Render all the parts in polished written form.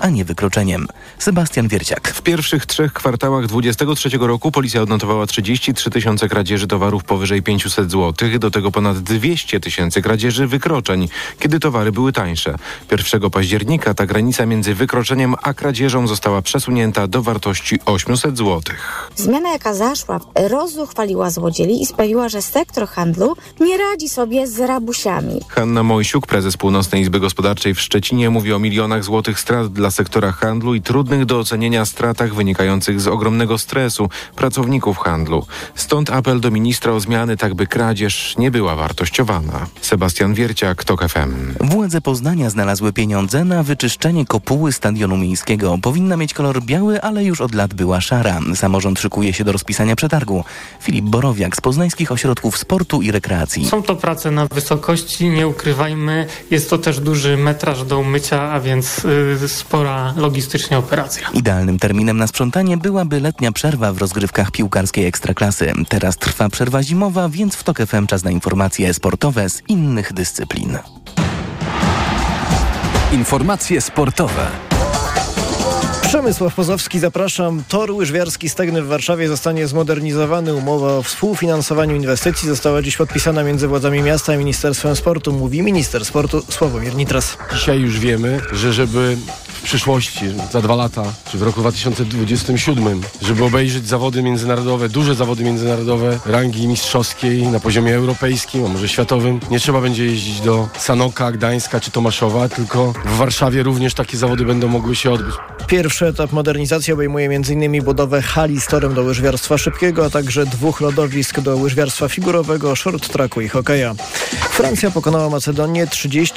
a nie wykroczeniem. Sebastian Wierciak. W pierwszych 3 kwartałach 2023 roku policja odnotowała 33 tysiące kradzieży towarów powyżej 500 zł, do tego ponad 200 tysięcy kradzieży wykroczeń, kiedy towary były tańsze. 1 października ta granica między wykroczeniem a kradzieżą została przesunięta do wartości 800 zł. Zmiana, jaka zaszła, rozzuchwaliła złodziei i sprawiła, że sektor handlu nie radzi sobie z rabusiami. Hanna Mojsiuk, prezes Północnej Izby Gospodarczej w Szczecinie, mówi o milionach złotych strat dla sektora handlu i trudnych do ocenienia stratach wynikających z ogromnego stresu pracowników handlu. Stąd apel do ministra o zmiany, tak by kradzież nie była wartościowana. Sebastian Wierciak, TOK FM. Władze Poznania znalazły pieniądze na wyczyszczenie kopuły stadionu miejskiego. Powinna mieć kolor biały, ale już od lat była szara. Samorząd szykuje się do rozpisania przetargu. Filip Borowiak z Poznańskich Ośrodków Sportu i Rekreacji. Są to prace na wysokości, nie ukrywajmy. Jest to też duży metraż do umycia, a więc spora logistycznie operacja. Idealnym terminem na sprzątanie byłaby letnia przerwa w rozgrywkach piłkarskiej Ekstraklasy. Teraz trwa przerwa zimowa, więc w TOK FM czas na informacje sportowe z innych dyscyplin. Informacje sportowe. Przemysław Pozowski, zapraszam. Tor łyżwiarski Stegny w Warszawie zostanie zmodernizowany. Umowa o współfinansowaniu inwestycji została dziś podpisana między władzami miasta i Ministerstwem Sportu, mówi minister sportu Sławomir Nitras. Dzisiaj już wiemy, że żeby w przyszłości, za 2 lata, czy w roku 2027, żeby obejrzeć zawody międzynarodowe, duże zawody międzynarodowe rangi mistrzowskiej na poziomie europejskim, a może światowym, nie trzeba będzie jeździć do Sanoka, Gdańska czy Tomaszowa, tylko w Warszawie również takie zawody będą mogły się odbyć. Pierwszy etap modernizacji obejmuje m.in. budowę hali z torem do łyżwiarstwa szybkiego, a także 2 lodowisk do łyżwiarstwa figurowego, short tracku i hokeja. Francja pokonała Macedonię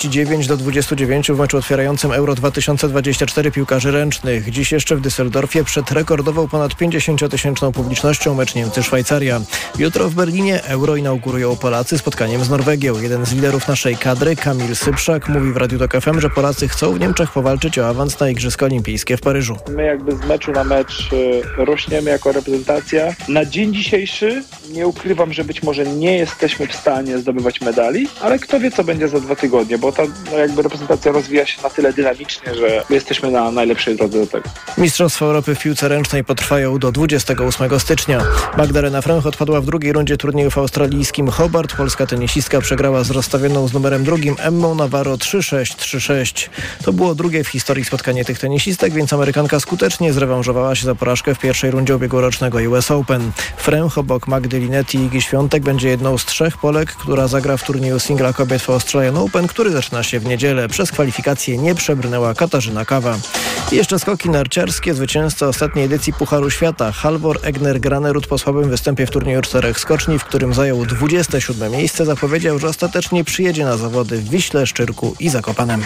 39-29 w meczu otwierającym Euro 2024 piłkarzy ręcznych. Dziś jeszcze w Düsseldorfie przed rekordował ponad 50-tysięczną publicznością mecz Niemcy-Szwajcaria. Jutro w Berlinie Euro inaugurują Polacy spotkaniem z Norwegią. Jeden z liderów naszej kadry, Kamil Sypszak, mówi w Radiu TOK FM, że Polacy chcą w Niemczech powalczyć o awans na Igrzyska Olimpijskie w Paryżu. My jakby z meczu na mecz rośniemy jako reprezentacja. Na dzień dzisiejszy nie ukrywam, że być może nie jesteśmy w stanie zdobywać medali, ale kto wie, co będzie za 2 tygodnie, bo ta jakby reprezentacja rozwija się na tyle dynamicznie, że my jesteśmy na najlepszej drodze do tego. Mistrzostwa Europy w piłce ręcznej potrwają do 28 stycznia. Magdalena Fręch odpadła w drugiej rundzie turnieju w australijskim Hobart. Polska tenisistka przegrała z rozstawioną z numerem 2 Emmą Navarro 3-6, 3-6. To było drugie w historii spotkanie tych tenisistek, więc Amerykanka skutecznie zrewanżowała się za porażkę w pierwszej rundzie ubiegłorocznego US Open. Fręch obok Magdy Linetti i Igi Świątek będzie jedną z 3 Polek, która zagra w turnieju singla kobiet w Australian Open, który zaczyna się w niedzielę. Przez kwalifikacje nie przebrnęła Katarzyna Kawa. I jeszcze skoki narciarskie. Zwycięzca ostatniej edycji Pucharu Świata Halvor Egner Granerud po słabym występie w turnieju 4 skoczni, w którym zajął 27 miejsce, zapowiedział, że ostatecznie przyjedzie na zawody w Wiśle, Szczyrku i Zakopanem.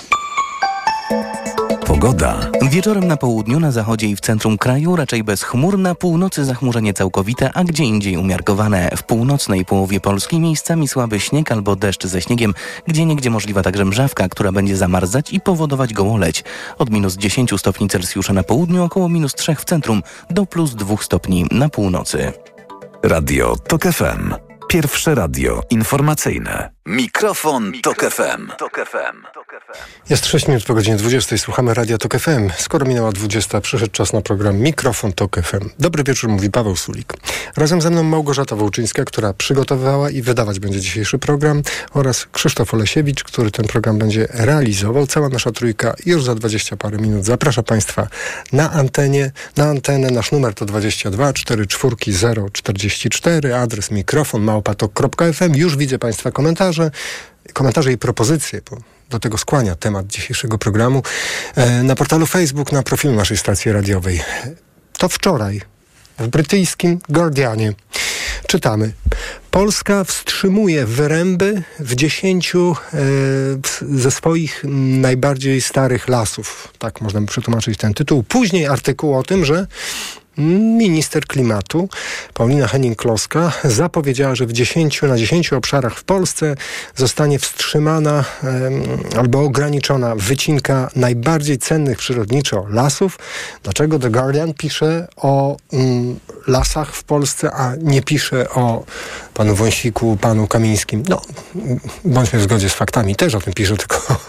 Pogoda. Wieczorem na południu, na zachodzie i w centrum kraju raczej bezchmurna, na północy zachmurzenie całkowite, a gdzie indziej umiarkowane. W północnej połowie Polski miejscami słaby śnieg albo deszcz ze śniegiem, gdzieniegdzie możliwa także mrzawka, która będzie zamarzać i powodować gołoleć. Od -10 stopni Celsjusza na południu, około -3 w centrum, do +2 stopni na północy. Radio TOK FM. Pierwsze radio informacyjne. Mikrofon TOK FM. Jest 6 minut po godzinie 20. Słuchamy Radia TOK FM. Skoro minęła 20, przyszedł czas na program Mikrofon TOK FM. Dobry wieczór, mówi Paweł Sulik. Razem ze mną Małgorzata Wołczyńska, która przygotowywała i wydawać będzie dzisiejszy program, oraz Krzysztof Olesiewicz, który ten program będzie realizował. Cała nasza trójka już za 20 parę minut zaprasza Państwa na antenę. Nasz numer to 22 44 044, adres mikrofon@tok.fm. Już widzę Państwa komentarze i propozycje, bo do tego skłania temat dzisiejszego programu, na portalu Facebook, na profilu naszej stacji radiowej. To wczoraj w brytyjskim Guardianie czytamy: Polska wstrzymuje wyręby w 10 ze swoich najbardziej starych lasów. Tak można by przetłumaczyć ten tytuł. Później artykuł o tym, że minister klimatu Paulina Henning-Kloska zapowiedziała, że na 10 obszarach w Polsce zostanie wstrzymana albo ograniczona wycinka najbardziej cennych przyrodniczo lasów. Dlaczego The Guardian pisze o lasach w Polsce, a nie pisze o panu Wąsiku, panu Kamińskim? No, bądźmy w zgodzie z faktami, też o tym pisze, tylko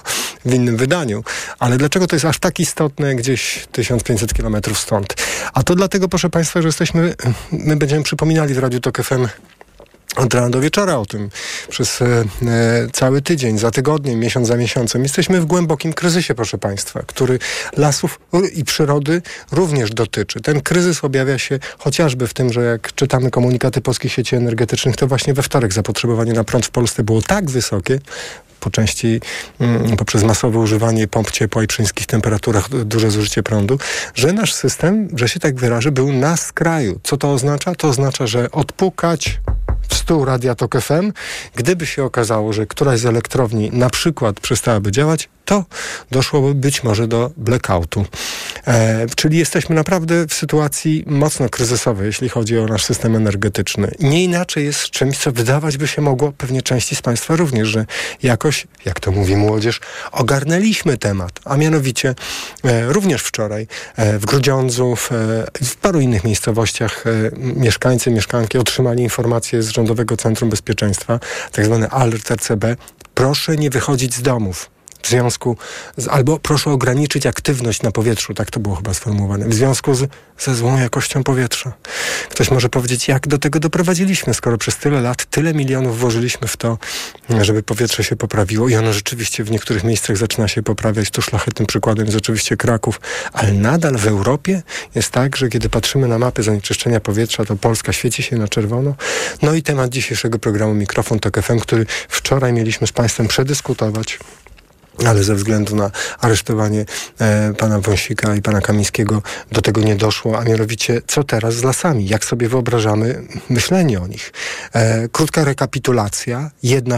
w innym wydaniu. Ale dlaczego to jest aż tak istotne gdzieś 1500 kilometrów stąd? A to dlatego, proszę Państwa, że my będziemy przypominali w Radiu Tok FM od rana do wieczora o tym przez cały tydzień, za tygodniem, miesiąc za miesiącem. Jesteśmy w głębokim kryzysie, proszę Państwa, który lasów i przyrody również dotyczy. Ten kryzys objawia się chociażby w tym, że jak czytamy komunikaty polskich sieci energetycznych, to właśnie we wtorek zapotrzebowanie na prąd w Polsce było tak wysokie, po części poprzez masowe używanie pomp ciepła i przy niskich temperaturach duże zużycie prądu, że nasz system, że się tak wyrażę, był na skraju. Co to oznacza? To oznacza, że odpukać w stół Radia Tok FM, gdyby się okazało, że któraś z elektrowni na przykład przestałaby działać, to doszłoby być może do blackoutu. Czyli jesteśmy naprawdę w sytuacji mocno kryzysowej, jeśli chodzi o nasz system energetyczny. Nie inaczej jest z czymś, co wydawać by się mogło pewnie części z Państwa również, że jakoś, jak to mówi młodzież, ogarnęliśmy temat. A mianowicie również wczoraj w Grudziądzu, w paru innych miejscowościach mieszkańcy, mieszkanki otrzymali informację z Rządowego Centrum Bezpieczeństwa, tak zwany alert RCB. Proszę nie wychodzić z domów. W związku albo proszę ograniczyć aktywność na powietrzu, tak to było chyba sformułowane, w związku ze złą jakością powietrza. Ktoś może powiedzieć, jak do tego doprowadziliśmy, skoro przez tyle lat, tyle milionów włożyliśmy w to, żeby powietrze się poprawiło i ono rzeczywiście w niektórych miejscach zaczyna się poprawiać. Tu szlachetnym przykładem jest oczywiście Kraków, ale nadal w Europie jest tak, że kiedy patrzymy na mapy zanieczyszczenia powietrza, to Polska świeci się na czerwono. No i temat dzisiejszego programu Mikrofon Tok FM, który wczoraj mieliśmy z Państwem przedyskutować, ale ze względu na aresztowanie pana Wąsika i pana Kamińskiego do tego nie doszło, a mianowicie co teraz z lasami? Jak sobie wyobrażamy myślenie o nich? Krótka rekapitulacja.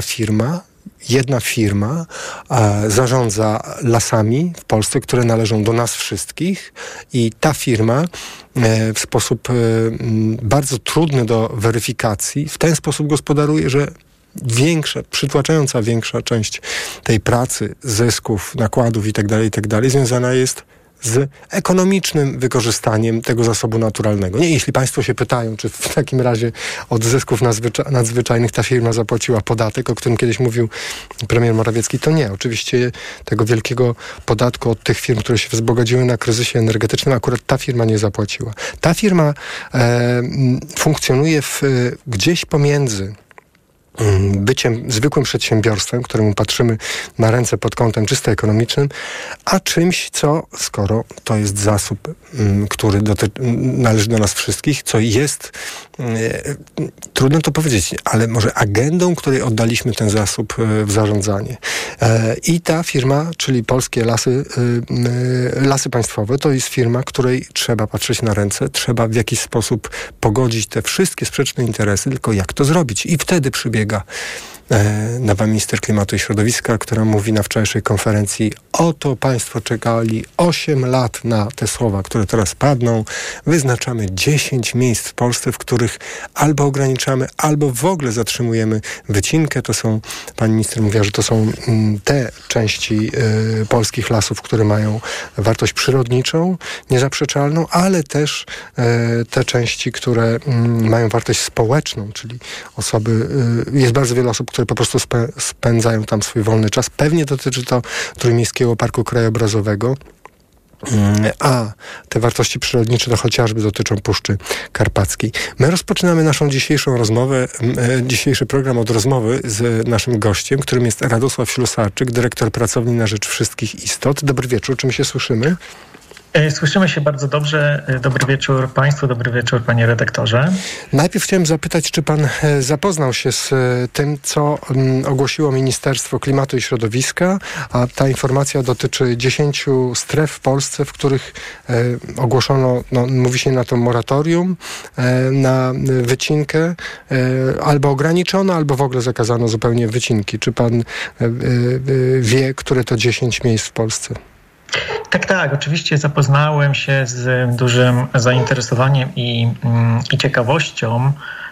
Jedna firma zarządza lasami w Polsce, które należą do nas wszystkich i ta firma w sposób bardzo trudny do weryfikacji w ten sposób gospodaruje, że przytłaczająca większa część tej pracy, zysków, nakładów itd. Związana jest z ekonomicznym wykorzystaniem tego zasobu naturalnego. Nie, jeśli Państwo się pytają, czy w takim razie od zysków nadzwyczajnych ta firma zapłaciła podatek, o którym kiedyś mówił premier Morawiecki, to nie. Oczywiście tego wielkiego podatku od tych firm, które się wzbogaciły na kryzysie energetycznym, akurat ta firma nie zapłaciła. Ta firma funkcjonuje gdzieś pomiędzy byciem zwykłym przedsiębiorstwem, któremu patrzymy na ręce pod kątem czysto ekonomicznym, a czymś, co, skoro to jest zasób, który należy do nas wszystkich, co jest, trudno to powiedzieć, ale może agendą, której oddaliśmy ten zasób w zarządzanie. I ta firma, czyli Polskie Lasy Państwowe, to jest firma, której trzeba patrzeć na ręce, trzeba w jakiś sposób pogodzić te wszystkie sprzeczne interesy, tylko jak to zrobić? I wtedy przybiega nowa minister klimatu i środowiska, która mówi na wczorajszej konferencji: oto Państwo czekali 8 lat na te słowa, które teraz padną. Wyznaczamy 10 miejsc w Polsce, w których albo ograniczamy, albo w ogóle zatrzymujemy wycinkę. To są, pani minister mówiła, że to są te części polskich lasów, które mają wartość przyrodniczą, niezaprzeczalną, ale też te części, które mają wartość społeczną, czyli jest bardzo wiele osób, które po prostu spędzają tam swój wolny czas. Pewnie dotyczy to Trójmiejskiego Parku Krajobrazowego, a te wartości przyrodnicze to chociażby dotyczą Puszczy Karpackiej. My rozpoczynamy naszą dzisiejszy program od rozmowy z naszym gościem, którym jest Radosław Ślusarczyk, dyrektor Pracowni na Rzecz Wszystkich Istot. Dobry wieczór, czy my się słyszymy? Słyszymy się bardzo dobrze. Dobry wieczór Państwu, dobry wieczór Panie redaktorze. Najpierw chciałem zapytać, czy Pan zapoznał się z tym, co ogłosiło Ministerstwo Klimatu i Środowiska, a ta informacja dotyczy 10 stref w Polsce, w których ogłoszono, mówi się na to moratorium, na wycinkę, albo ograniczono, albo w ogóle zakazano zupełnie wycinki. Czy Pan wie, które to 10 miejsc w Polsce? Tak, oczywiście zapoznałem się z dużym zainteresowaniem i ciekawością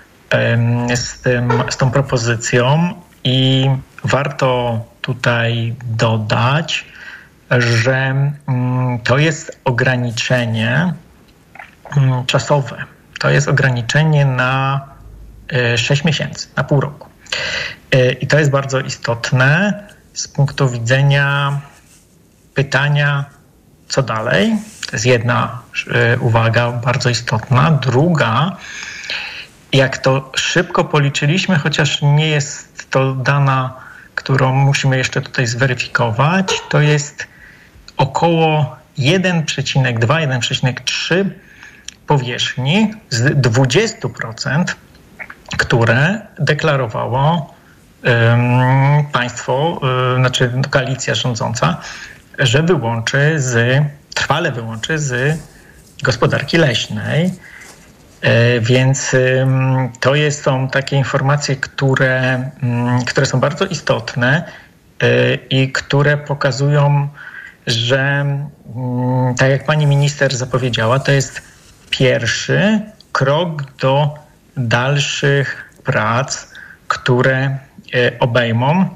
z tą propozycją i warto tutaj dodać, że to jest ograniczenie czasowe. To jest ograniczenie na 6 miesięcy, na pół roku. I to jest bardzo istotne z punktu widzenia pytania, co dalej? To jest jedna uwaga bardzo istotna. Druga, jak to szybko policzyliśmy, chociaż nie jest to dana, którą musimy jeszcze tutaj zweryfikować, to jest około 1,2-1,3 powierzchni z 20%, które deklarowało państwo, znaczy koalicja rządząca, że trwale wyłączy z gospodarki leśnej. Więc to są takie informacje, które są bardzo istotne i które pokazują, że tak jak pani minister zapowiedziała, to jest pierwszy krok do dalszych prac, które obejmą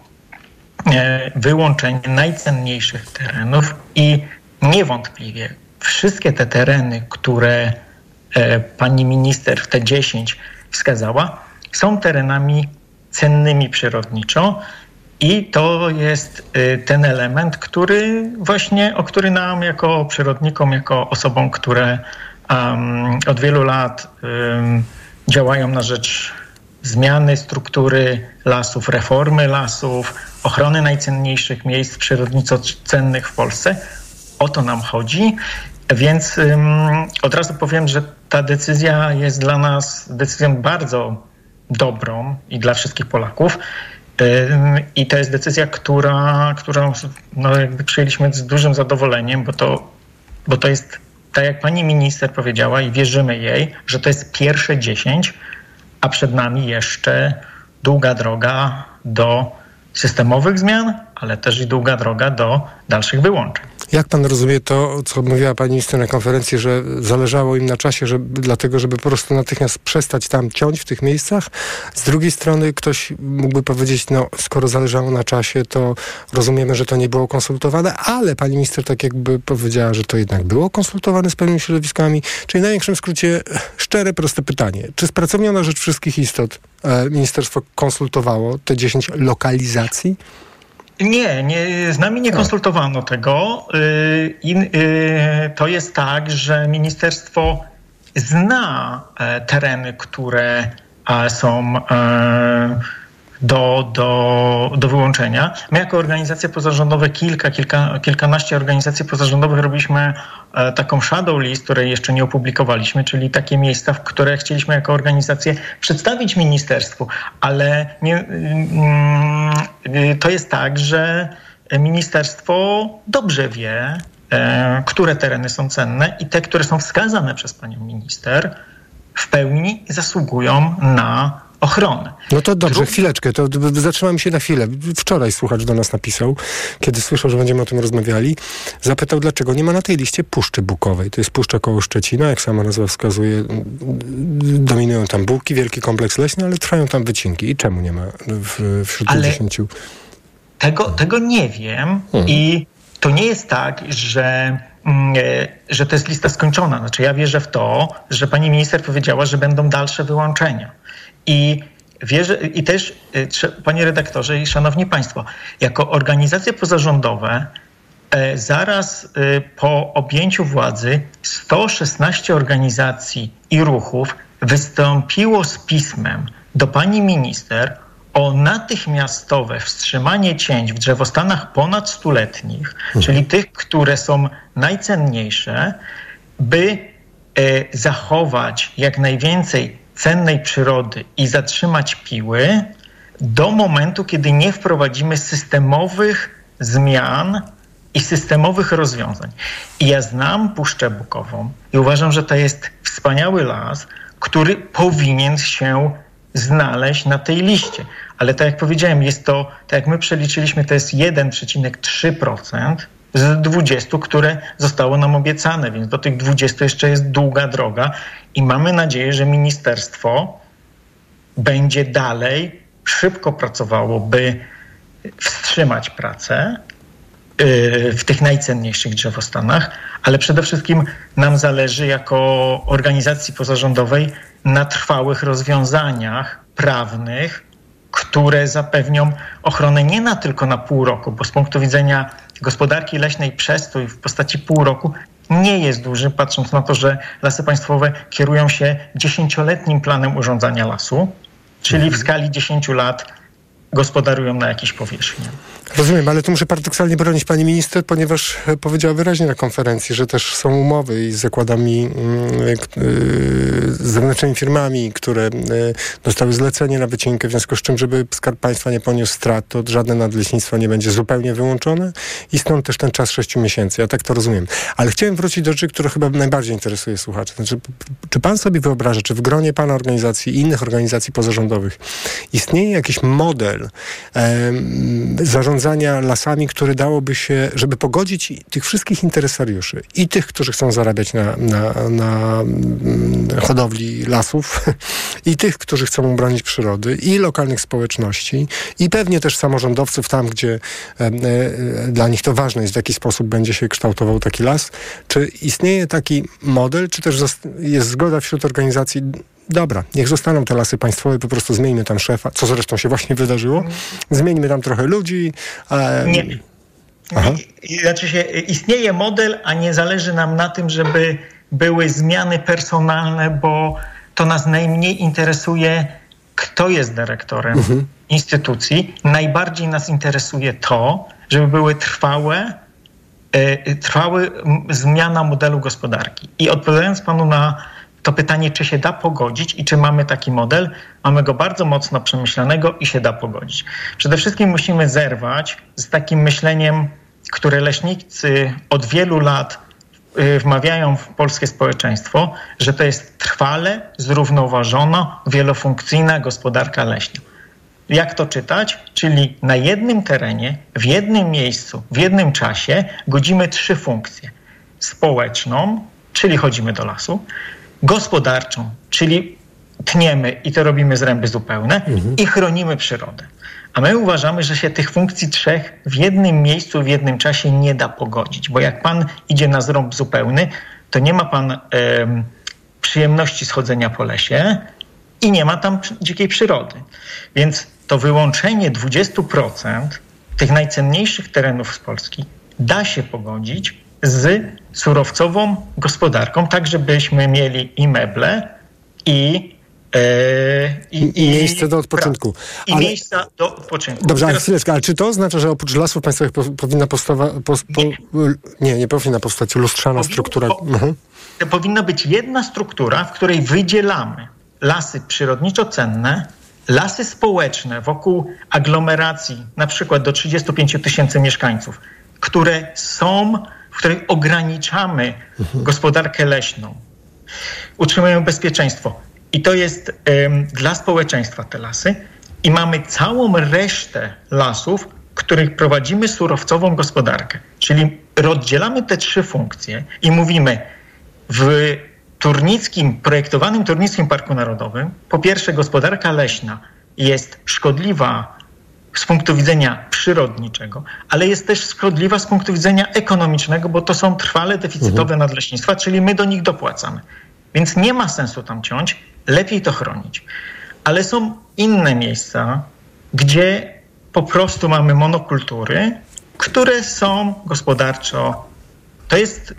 wyłączenie najcenniejszych terenów i niewątpliwie wszystkie te tereny, które pani minister w te 10 wskazała, są terenami cennymi przyrodniczo i to jest ten element, o który nam jako przyrodnikom, jako osobom, które od wielu lat działają na rzecz zmiany struktury lasów, reformy lasów, ochrony najcenniejszych miejsc przyrodniczo cennych w Polsce. O to nam chodzi. Więc od razu powiem, że ta decyzja jest dla nas decyzją bardzo dobrą i dla wszystkich Polaków. I to jest decyzja, którą jakby przyjęliśmy z dużym zadowoleniem, bo to jest, tak jak pani minister powiedziała i wierzymy jej, że to jest pierwsze 10, a przed nami jeszcze długa droga do systemowych zmian, ale też i długa droga do dalszych wyłączeń. Jak pan rozumie to, co mówiła pani minister na konferencji, że zależało im na czasie, dlatego, żeby po prostu natychmiast przestać tam ciąć w tych miejscach? Z drugiej strony ktoś mógłby powiedzieć, skoro zależało na czasie, to rozumiemy, że to nie było konsultowane, ale pani minister tak jakby powiedziała, że to jednak było konsultowane z pewnymi środowiskami. Czyli w największym skrócie szczere, proste pytanie. Czy z pracownią na rzecz wszystkich istot ministerstwo konsultowało te 10 lokalizacji? Nie, z nami nie konsultowano tego. To jest tak, że ministerstwo zna tereny, które są do wyłączenia. My jako organizacje pozarządowe, kilkanaście organizacji pozarządowych robiliśmy taką shadow list, której jeszcze nie opublikowaliśmy, czyli takie miejsca, w które chcieliśmy jako organizacje przedstawić ministerstwu, ale to jest tak, że ministerstwo dobrze wie, które tereny są cenne i te, które są wskazane przez panią minister, w pełni zasługują na ochronę. No to dobrze, chwileczkę, to zatrzymamy się na chwilę. Wczoraj słuchacz do nas napisał, kiedy słyszał, że będziemy o tym rozmawiali, zapytał, dlaczego nie ma na tej liście Puszczy Bukowej. To jest puszcza koło Szczecina, jak sama nazwa wskazuje, dominują tam buki, wielki kompleks leśny, ale trwają tam wycinki. I czemu nie ma wśród tych 10? Tego nie wiem i to nie jest tak, że to jest lista skończona. Znaczy ja wierzę w to, że pani minister powiedziała, że będą dalsze wyłączenia. I wierzę, i też, panie redaktorze i szanowni państwo, jako organizacje pozarządowe zaraz po objęciu władzy 116 organizacji i ruchów wystąpiło z pismem do pani minister o natychmiastowe wstrzymanie cięć w drzewostanach ponad 100-letnich, czyli tych, które są najcenniejsze, by zachować jak najwięcej cennej przyrody i zatrzymać piły do momentu, kiedy nie wprowadzimy systemowych zmian i systemowych rozwiązań. I ja znam Puszczę Bukową i uważam, że to jest wspaniały las, który powinien się znaleźć na tej liście. Ale tak jak powiedziałem, jest to, tak jak my przeliczyliśmy, to jest 1,3% z 20, które zostało nam obiecane, więc do tych 20 jeszcze jest długa droga i mamy nadzieję, że ministerstwo będzie dalej szybko pracowało, by wstrzymać pracę w tych najcenniejszych drzewostanach, ale przede wszystkim nam zależy jako organizacji pozarządowej na trwałych rozwiązaniach prawnych, które zapewnią ochronę nie tylko na pół roku, bo z punktu widzenia gospodarki leśnej przestój w postaci pół roku nie jest duży, patrząc na to, że Lasy Państwowe kierują się 10-letnim planem urządzania lasu, czyli w skali 10 lat gospodarują na jakiejś powierzchni. Rozumiem, ale tu muszę paradoksalnie bronić pani minister, ponieważ powiedziała wyraźnie na konferencji, że też są umowy i z zakładami, z zewnętrznymi firmami, które dostały zlecenie na wycinkę, w związku z czym, żeby Skarb Państwa nie poniósł strat, to żadne nadleśnictwo nie będzie zupełnie wyłączone i stąd też ten czas 6 miesięcy. Ja tak to rozumiem. Ale chciałem wrócić do rzeczy, która chyba najbardziej interesuje słuchaczy. Znaczy, czy pan sobie wyobraża, czy w gronie pana organizacji i innych organizacji pozarządowych istnieje jakiś model zarządzania lasami, które dałoby się, żeby pogodzić tych wszystkich interesariuszy i tych, którzy chcą zarabiać na hodowli lasów i tych, którzy chcą bronić przyrody i lokalnych społeczności i pewnie też samorządowców tam, gdzie dla nich to ważne jest, w jaki sposób będzie się kształtował taki las. Czy istnieje taki model, czy też jest zgoda wśród organizacji, dobra, niech zostaną te Lasy Państwowe, po prostu zmieńmy tam szefa, co zresztą się właśnie wydarzyło. Zmieńmy tam trochę ludzi. Nie. Znaczy istnieje model, a nie zależy nam na tym, żeby były zmiany personalne, bo to nas najmniej interesuje, kto jest dyrektorem instytucji. Najbardziej nas interesuje to, żeby były trwałe zmiana modelu gospodarki. I odpowiadając panu na to pytanie, czy się da pogodzić i czy mamy taki model, mamy go bardzo mocno przemyślanego i się da pogodzić. Przede wszystkim musimy zerwać z takim myśleniem, które leśnicy od wielu lat wmawiają w polskie społeczeństwo, że to jest trwale zrównoważona, wielofunkcyjna gospodarka leśna. Jak to czytać? Czyli na jednym terenie, w jednym miejscu, w jednym czasie godzimy 3 funkcje. Społeczną, czyli chodzimy do lasu, gospodarczą, czyli tniemy i to robimy zręby zupełne i chronimy przyrodę. A my uważamy, że się tych funkcji 3 w jednym miejscu, w jednym czasie nie da pogodzić, bo jak pan idzie na zrąb zupełny, to nie ma pan przyjemności schodzenia po lesie i nie ma tam dzikiej przyrody. Więc to wyłączenie 20% tych najcenniejszych terenów z Polski da się pogodzić z surowcową gospodarką, tak żebyśmy mieli i meble, i miejsce do odpoczynku. Miejsca do odpoczynku. Dobrze, ale chwileczkę, ale czy to oznacza, że oprócz Lasów Państwowych powinna powstawać... Nie powinna powstać lustrzana struktura? To powinna być jedna struktura, w której wydzielamy lasy przyrodniczo cenne, lasy społeczne wokół aglomeracji, na przykład do 35 000 mieszkańców, które są, w której ograniczamy gospodarkę leśną, utrzymują bezpieczeństwo. I to jest dla społeczeństwa te lasy. I mamy całą resztę lasów, w których prowadzimy surowcową gospodarkę. Czyli rozdzielamy te 3 funkcje i mówimy, w projektowanym Turnickim Parku Narodowym, po pierwsze gospodarka leśna jest szkodliwa z punktu widzenia przyrodniczego, ale jest też szkodliwa z punktu widzenia ekonomicznego, bo to są trwale deficytowe nadleśnictwa, czyli my do nich dopłacamy. Więc nie ma sensu tam ciąć, lepiej to chronić. Ale są inne miejsca, gdzie po prostu mamy monokultury, które są gospodarczo, to jest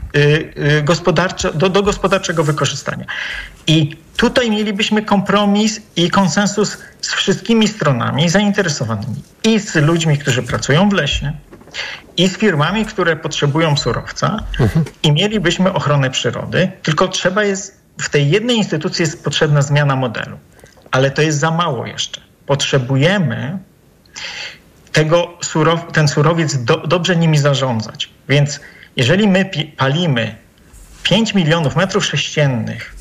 do gospodarczego wykorzystania. I tutaj mielibyśmy kompromis i konsensus z wszystkimi stronami zainteresowanymi. I z ludźmi, którzy pracują w lesie, i z firmami, które potrzebują surowca, i mielibyśmy ochronę przyrody, tylko w tej jednej instytucji jest potrzebna zmiana modelu. Ale to jest za mało jeszcze. Potrzebujemy ten surowiec dobrze nimi zarządzać. Więc jeżeli my palimy 5 milionów metrów sześciennych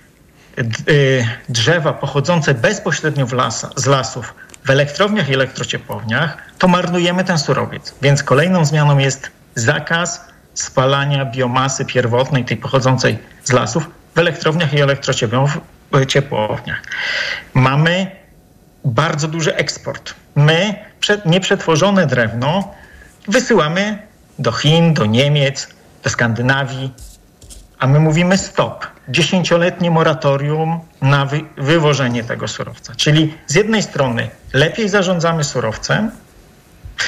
drzewa pochodzące bezpośrednio z lasów w elektrowniach i elektrociepłowniach, to marnujemy ten surowiec. Więc kolejną zmianą jest zakaz spalania biomasy pierwotnej, tej pochodzącej z lasów, w elektrowniach i elektrociepłowniach. Mamy bardzo duży eksport. My nieprzetworzone drewno wysyłamy do Chin, do Niemiec, do Skandynawii, a my mówimy stop. 10-letnie moratorium na wywożenie tego surowca. Czyli z jednej strony lepiej zarządzamy surowcem,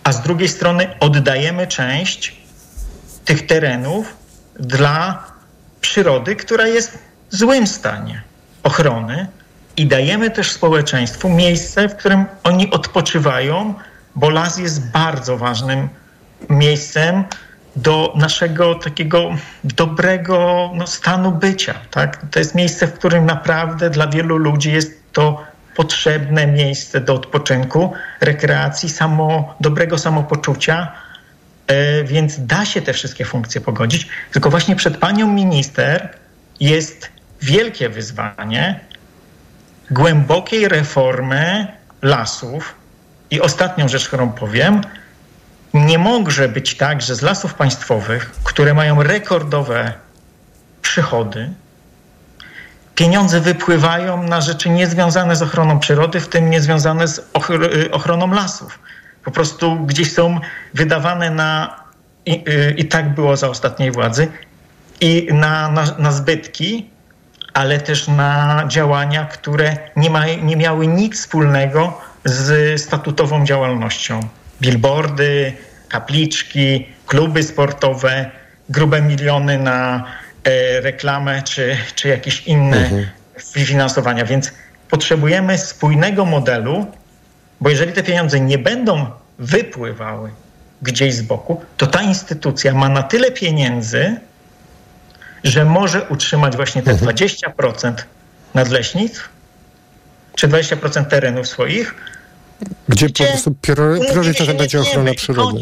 a z drugiej strony oddajemy część tych terenów dla przyrody, która jest w złym stanie ochrony i dajemy też społeczeństwu miejsce, w którym oni odpoczywają, bo las jest bardzo ważnym miejscem do naszego takiego dobrego stanu bycia. Tak? To jest miejsce, w którym naprawdę dla wielu ludzi jest to potrzebne miejsce do odpoczynku, rekreacji, dobrego samopoczucia, więc da się te wszystkie funkcje pogodzić. Tylko właśnie przed panią minister jest wielkie wyzwanie głębokiej reformy lasów. I ostatnią rzecz, którą powiem, nie może być tak, że z lasów państwowych, które mają rekordowe przychody, pieniądze wypływają na rzeczy niezwiązane z ochroną przyrody, w tym niezwiązane z ochroną lasów. Po prostu gdzieś są wydawane i tak było za ostatniej władzy, i na zbytki, ale też na działania, które nie miały nic wspólnego z statutową działalnością. Billboardy, kapliczki, kluby sportowe, grube miliony na reklamę czy jakieś inne finansowania. Więc potrzebujemy spójnego modelu, bo jeżeli te pieniądze nie będą wypływały gdzieś z boku, to ta instytucja ma na tyle pieniędzy, że może utrzymać właśnie te 20% nadleśnictw, czy 20% terenów swoich, gdzie po prostu priorytetem będzie ochrona przyrody.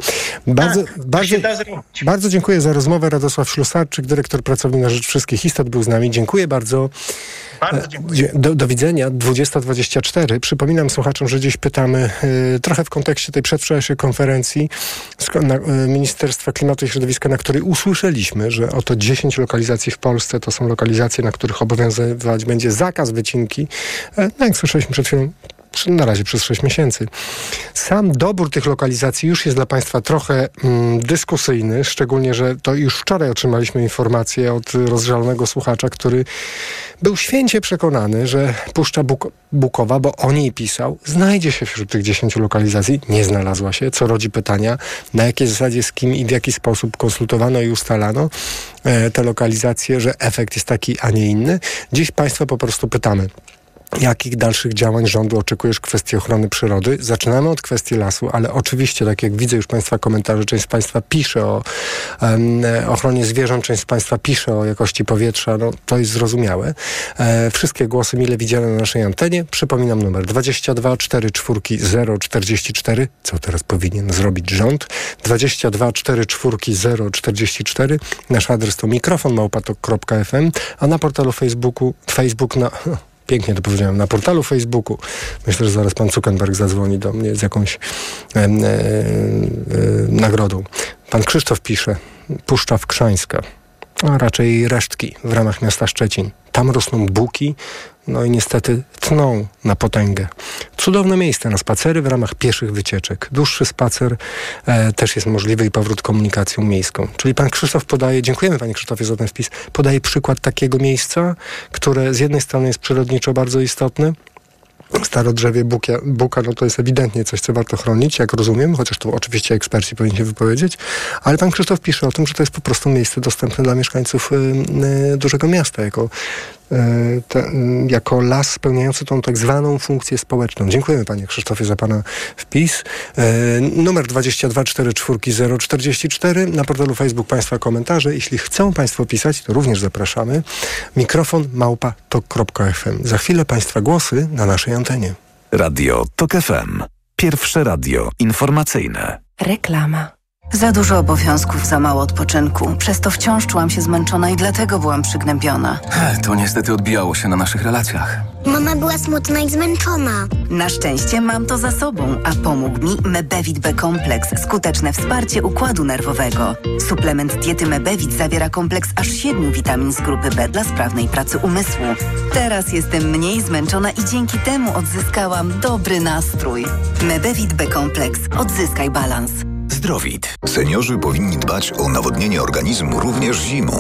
Bardzo dziękuję za rozmowę. Radosław Ślusarczyk, dyrektor pracowni na rzecz wszystkich istot, był z nami. Dziękuję bardzo. Bardzo dziękuję. Do widzenia. 20:24. Przypominam słuchaczom, że dziś pytamy trochę w kontekście tej przedwczorajszej konferencji Ministerstwa Klimatu i Środowiska, na której usłyszeliśmy, że oto 10 lokalizacji w Polsce to są lokalizacje, na których obowiązywać będzie zakaz wycinki. No jak słyszeliśmy przed chwilą, na razie przez 6 miesięcy. Sam dobór tych lokalizacji już jest dla państwa trochę dyskusyjny, szczególnie, że to już wczoraj otrzymaliśmy informację od rozżalonego słuchacza, który był święcie przekonany, że Puszcza Bukowa, bo o niej pisał, znajdzie się wśród tych 10 lokalizacji. Nie znalazła się, co rodzi pytania, na jakiej zasadzie, z kim i w jaki sposób konsultowano i ustalano te lokalizacje, że efekt jest taki, a nie inny. Dziś państwa po prostu pytamy, jakich dalszych działań rządu oczekujesz w kwestii ochrony przyrody? Zaczynamy od kwestii lasu, ale oczywiście, tak jak widzę już państwa komentarze, część z państwa pisze o ochronie zwierząt, część z państwa pisze o jakości powietrza, no to jest zrozumiałe. Wszystkie głosy mile widziane na naszej antenie. Przypominam numer 22 44 044. Co teraz powinien zrobić rząd? 22 44 044. Nasz adres to mikrofon@tok.fm, a na portalu pięknie to powiedziałem, na portalu Facebooku. Myślę, że zaraz pan Zuckerberg zadzwoni do mnie z jakąś nagrodą. Pan Krzysztof pisze, Puszcza Wkrzańska, a raczej resztki w ramach miasta Szczecin. Tam rosną buki, no i niestety tną na potęgę. Cudowne miejsce na spacery w ramach pieszych wycieczek. Dłuższy spacer też jest możliwy i powrót komunikacją miejską. Czyli pan Krzysztof podaje, dziękujemy panie Krzysztofie za ten wpis, podaje przykład takiego miejsca, które z jednej strony jest przyrodniczo bardzo istotne. Starodrzewie buka, no to jest ewidentnie coś, co warto chronić, jak rozumiem, chociaż to oczywiście eksperci powinni się wypowiedzieć, ale pan Krzysztof pisze o tym, że to jest po prostu miejsce dostępne dla mieszkańców dużego miasta, jako las spełniający tą tak zwaną funkcję społeczną. Dziękujemy panie Krzysztofie za pana wpis. Numer 22 44 044. Na portalu Facebook państwa komentarze. Jeśli chcą państwo pisać, to również zapraszamy. mikrofon@tok.fm. Za chwilę państwa głosy na naszej antenie. Radio TOK FM. Pierwsze radio informacyjne. Reklama. Za dużo obowiązków, za mało odpoczynku. Przez to wciąż czułam się zmęczona i dlatego byłam przygnębiona. To niestety odbijało się na naszych relacjach. Mama była smutna i zmęczona. Na szczęście mam to za sobą, a pomógł mi Mebevit B-kompleks. Skuteczne wsparcie układu nerwowego. Suplement diety Mebevit zawiera kompleks aż 7 witamin z grupy B dla sprawnej pracy umysłu. Teraz jestem mniej zmęczona i dzięki temu odzyskałam dobry nastrój. Mebevit B-kompleks. Odzyskaj balans. Zdrowit. Seniorzy powinni dbać o nawodnienie organizmu również zimą.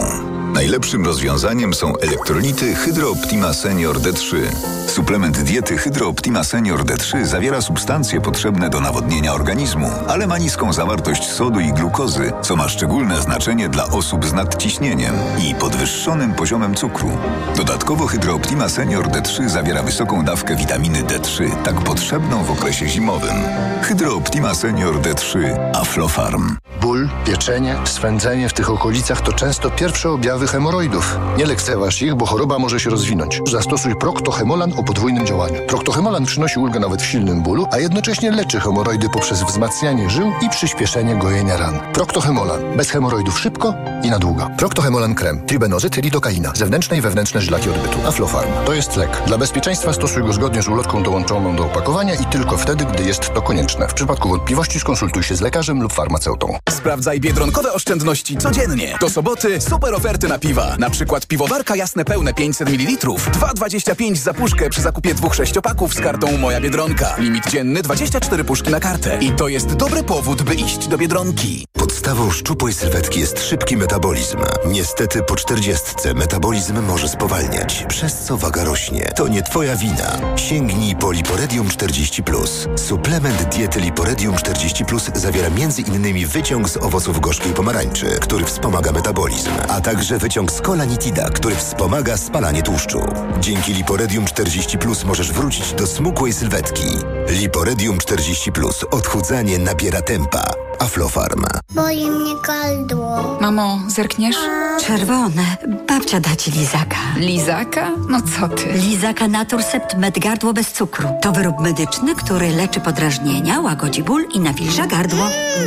Najlepszym rozwiązaniem są elektrolity Hydro Optima Senior D3. Suplement diety Hydro Optima Senior D3 zawiera substancje potrzebne do nawodnienia organizmu, ale ma niską zawartość sodu i glukozy, co ma szczególne znaczenie dla osób z nadciśnieniem i podwyższonym poziomem cukru. Dodatkowo Hydro Optima Senior D3 zawiera wysoką dawkę witaminy D3, tak potrzebną w okresie zimowym. Hydro Optima Senior D3 Aflofarm. Ból, pieczenie, swędzenie w tych okolicach to często pierwsze objawy hemoroidów. Nie lekceważ ich, bo choroba może się rozwinąć. Zastosuj Procto-Hemolan o podwójnym działaniu. Procto-Hemolan przynosi ulgę nawet w silnym bólu, a jednocześnie leczy hemoroidy poprzez wzmacnianie żył i przyspieszenie gojenia ran. Procto-Hemolan. Bez hemoroidów szybko i na długo. Procto-Hemolan krem. Tribenozyt, lidokaina. Zewnętrzne i wewnętrzne żylaki odbytu. Aflofarm. To jest lek. Dla bezpieczeństwa stosuj go zgodnie z ulotką dołączoną do opakowania i tylko wtedy, gdy jest to konieczne. W przypadku wątpliwości skonsultuj się z lekarzem lub farmaceutą. Sprawdzaj biedronkowe oszczędności codziennie. Do soboty super oferty na piwa. Na przykład piwowarka jasne pełne 500 ml. 2,25 za puszkę przy zakupie 2 sześciopaków z kartą Moja Biedronka. Limit dzienny 24 puszki na kartę. I to jest dobry powód, by iść do Biedronki. Podstawą szczupłej sylwetki jest szybki metabolizm. Niestety po 40 metabolizm może spowalniać, przez co waga rośnie. To nie twoja wina. Sięgnij po Liporedium 40+. Suplement diety Liporedium 40+ zawiera m.in. wyciąg z owoców gorzkiej pomarańczy, który wspomaga metabolizm, a także wyciąg z kolanitida, który wspomaga spalanie tłuszczu. Dzięki Liporedium 40+ możesz wrócić do smukłej sylwetki. Liporedium 40+. Odchudzanie nabiera tempa. Aflofarm. Boli mnie gardło. Mamo, zerkniesz? Czerwone. Babcia da ci lizaka. Lizaka? No co ty? Lizaka Naturcept Med Gardło bez cukru. To wyrób medyczny, który leczy podrażnienia, łagodzi ból i nawilża gardło.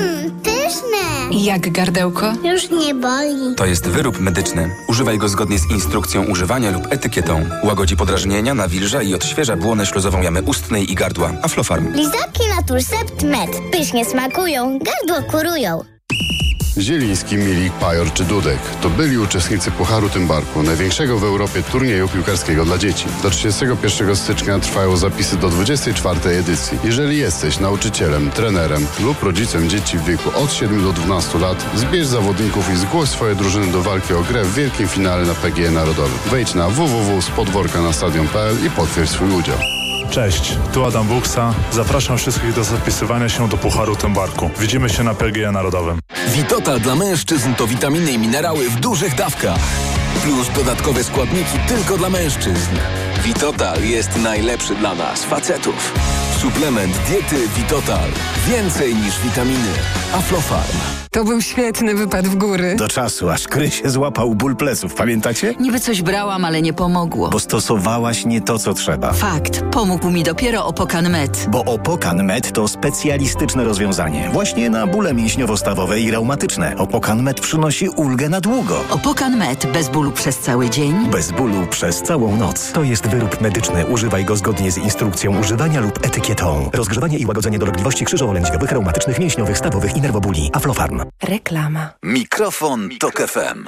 Pyszne. I jak gardełko? Już nie boli. To jest wyrób medyczny. Używaj go zgodnie z instrukcją używania lub etykietą. Łagodzi podrażnienia, nawilża i odświeża błonę śluzową jamy ustnej i gardła. Aflofarm. Lizaki Naturcept Med. Pysznie smakują, gardło kurują. Zieliński, Milik, Pajor czy Dudek to byli uczestnicy Pucharu Tymbarku, największego w Europie turnieju piłkarskiego dla dzieci. Do 31 stycznia trwają zapisy do 24 edycji. Jeżeli jesteś nauczycielem, trenerem lub rodzicem dzieci w wieku od 7 do 12 lat, zbierz zawodników i zgłoś swoje drużyny do walki o grę w wielkim finale na PGE Narodowym. Wejdź na www.spodworkanastadion.pl i potwierdź swój udział. Cześć, tu Adam Buksa. Zapraszam wszystkich do zapisywania się do Pucharu Tymbarku. Widzimy się na PGE Narodowym. Vitotal dla mężczyzn to witaminy i minerały w dużych dawkach. Plus dodatkowe składniki tylko dla mężczyzn. Vitotal jest najlepszy dla nas, facetów. Suplement diety Vitotal. Więcej niż witaminy. Aflofarm. To był świetny wypad w góry. Do czasu, aż Krysie złapał ból pleców, pamiętacie? Niby coś brałam, ale nie pomogło. Bo stosowałaś nie to, co trzeba. Fakt. Pomógł mi dopiero Opokan Med. Bo Opokan Med to specjalistyczne rozwiązanie. Właśnie na bóle mięśniowo-stawowe i reumatyczne. Opokan Med przynosi ulgę na długo. Opokan Med. Bez bólu przez cały dzień. Bez bólu przez całą noc. To jest wyrób medyczny. Używaj go zgodnie z instrukcją używania lub etykietą. Rozgrzewanie i łagodzenie dolegliwości krzyżowo-lędźwiowych, reumatycznych, mięśniowych, stawowych i nerwobóli. Aflofarm. Reklama. Mikrofon Tok FM.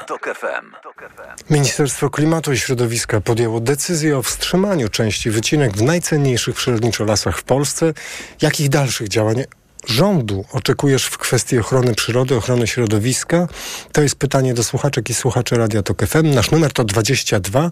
Ministerstwo Klimatu i Środowiska podjęło decyzję o wstrzymaniu części wycinek w najcenniejszych przyrodniczo lasach w Polsce. Jakich dalszych działań rządu oczekujesz w kwestii ochrony przyrody, ochrony środowiska? To jest pytanie do słuchaczek i słuchaczy Radia Tok FM. Nasz numer to 22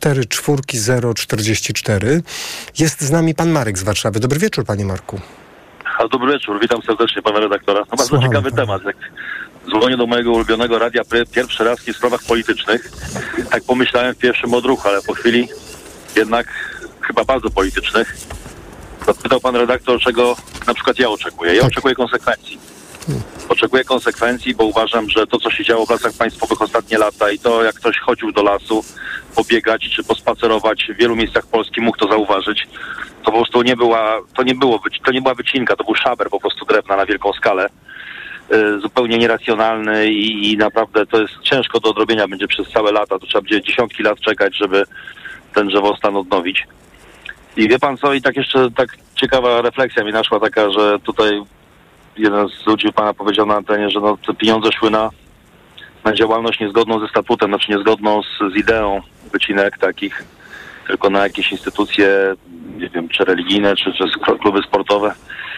44 044. Jest z nami pan Marek z Warszawy. Dobry wieczór, panie Marku. Dobry wieczór, witam serdecznie pana redaktora. No bardzo ciekawy temat. Jak dzwonię do mojego ulubionego Radia pierwszy raz w sprawach politycznych, tak pomyślałem w pierwszym odruchu, ale po chwili jednak chyba bardzo politycznych. Zapytał pan redaktor, czego na przykład ja oczekuję. Ja oczekuję konsekwencji. Oczekuję konsekwencji, bo uważam, że to, co się działo w lasach państwowych ostatnie lata i to, jak ktoś chodził do lasu pobiegać czy pospacerować w wielu miejscach Polski, mógł to zauważyć. To po prostu to nie była wycinka, to był szaber po prostu drewna na wielką skalę. Zupełnie nieracjonalny i naprawdę to jest ciężko do odrobienia będzie przez całe lata. To trzeba będzie dziesiątki lat czekać, żeby ten drzewostan odnowić. I wie pan co, i tak jeszcze tak ciekawa refleksja mi naszła taka, że tutaj jeden z ludzi pana powiedział na antenie, że no, te pieniądze szły na działalność niezgodną ze statutem, znaczy niezgodną z ideą wycinek takich, tylko na jakieś instytucje, nie wiem, czy religijne, czy kluby sportowe.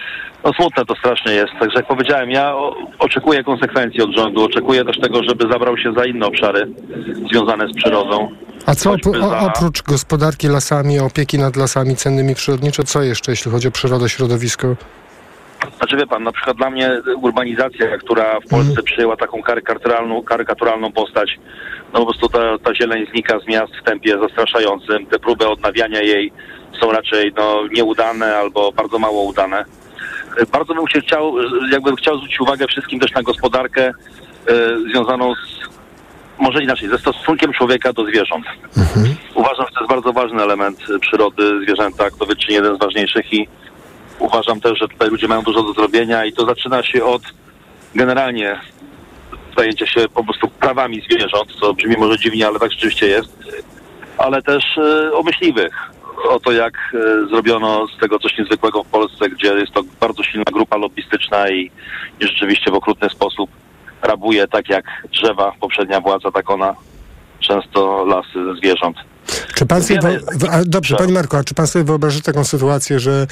No smutne to strasznie jest. Także jak powiedziałem, ja oczekuję konsekwencji od rządu. Oczekuję też tego, żeby zabrał się za inne obszary związane z przyrodą. A co oprócz gospodarki lasami, opieki nad lasami cennymi przyrodniczo, co jeszcze, jeśli chodzi o przyrodę, środowisko? Znaczy wie pan, na przykład dla mnie urbanizacja, która w Polsce przyjęła taką karykaturalną postać, no po prostu ta zieleń znika z miast w tempie zastraszającym. Te próby odnawiania jej są raczej nieudane albo bardzo mało udane. Bardzo bym chciał zwrócić uwagę wszystkim też na gospodarkę związaną może inaczej, ze stosunkiem człowieka do zwierząt. Uważam, że to jest bardzo ważny element przyrody, zwierzęta, kto wie, czy nie jeden z ważniejszych i uważam też, że tutaj ludzie mają dużo do zrobienia i to zaczyna się od generalnie zajęcia się po prostu prawami zwierząt, co brzmi może dziwnie, ale tak rzeczywiście jest, ale też o myśliwych. O to, jak zrobiono z tego coś niezwykłego w Polsce, gdzie jest to bardzo silna grupa lobbystyczna i rzeczywiście w okrutny sposób rabuje, tak jak drzewa poprzednia władza, tak ona często lasy ze zwierząt. Czy pan sobie dobrze, panie Marku, a czy pan sobie wyobraża taką sytuację, że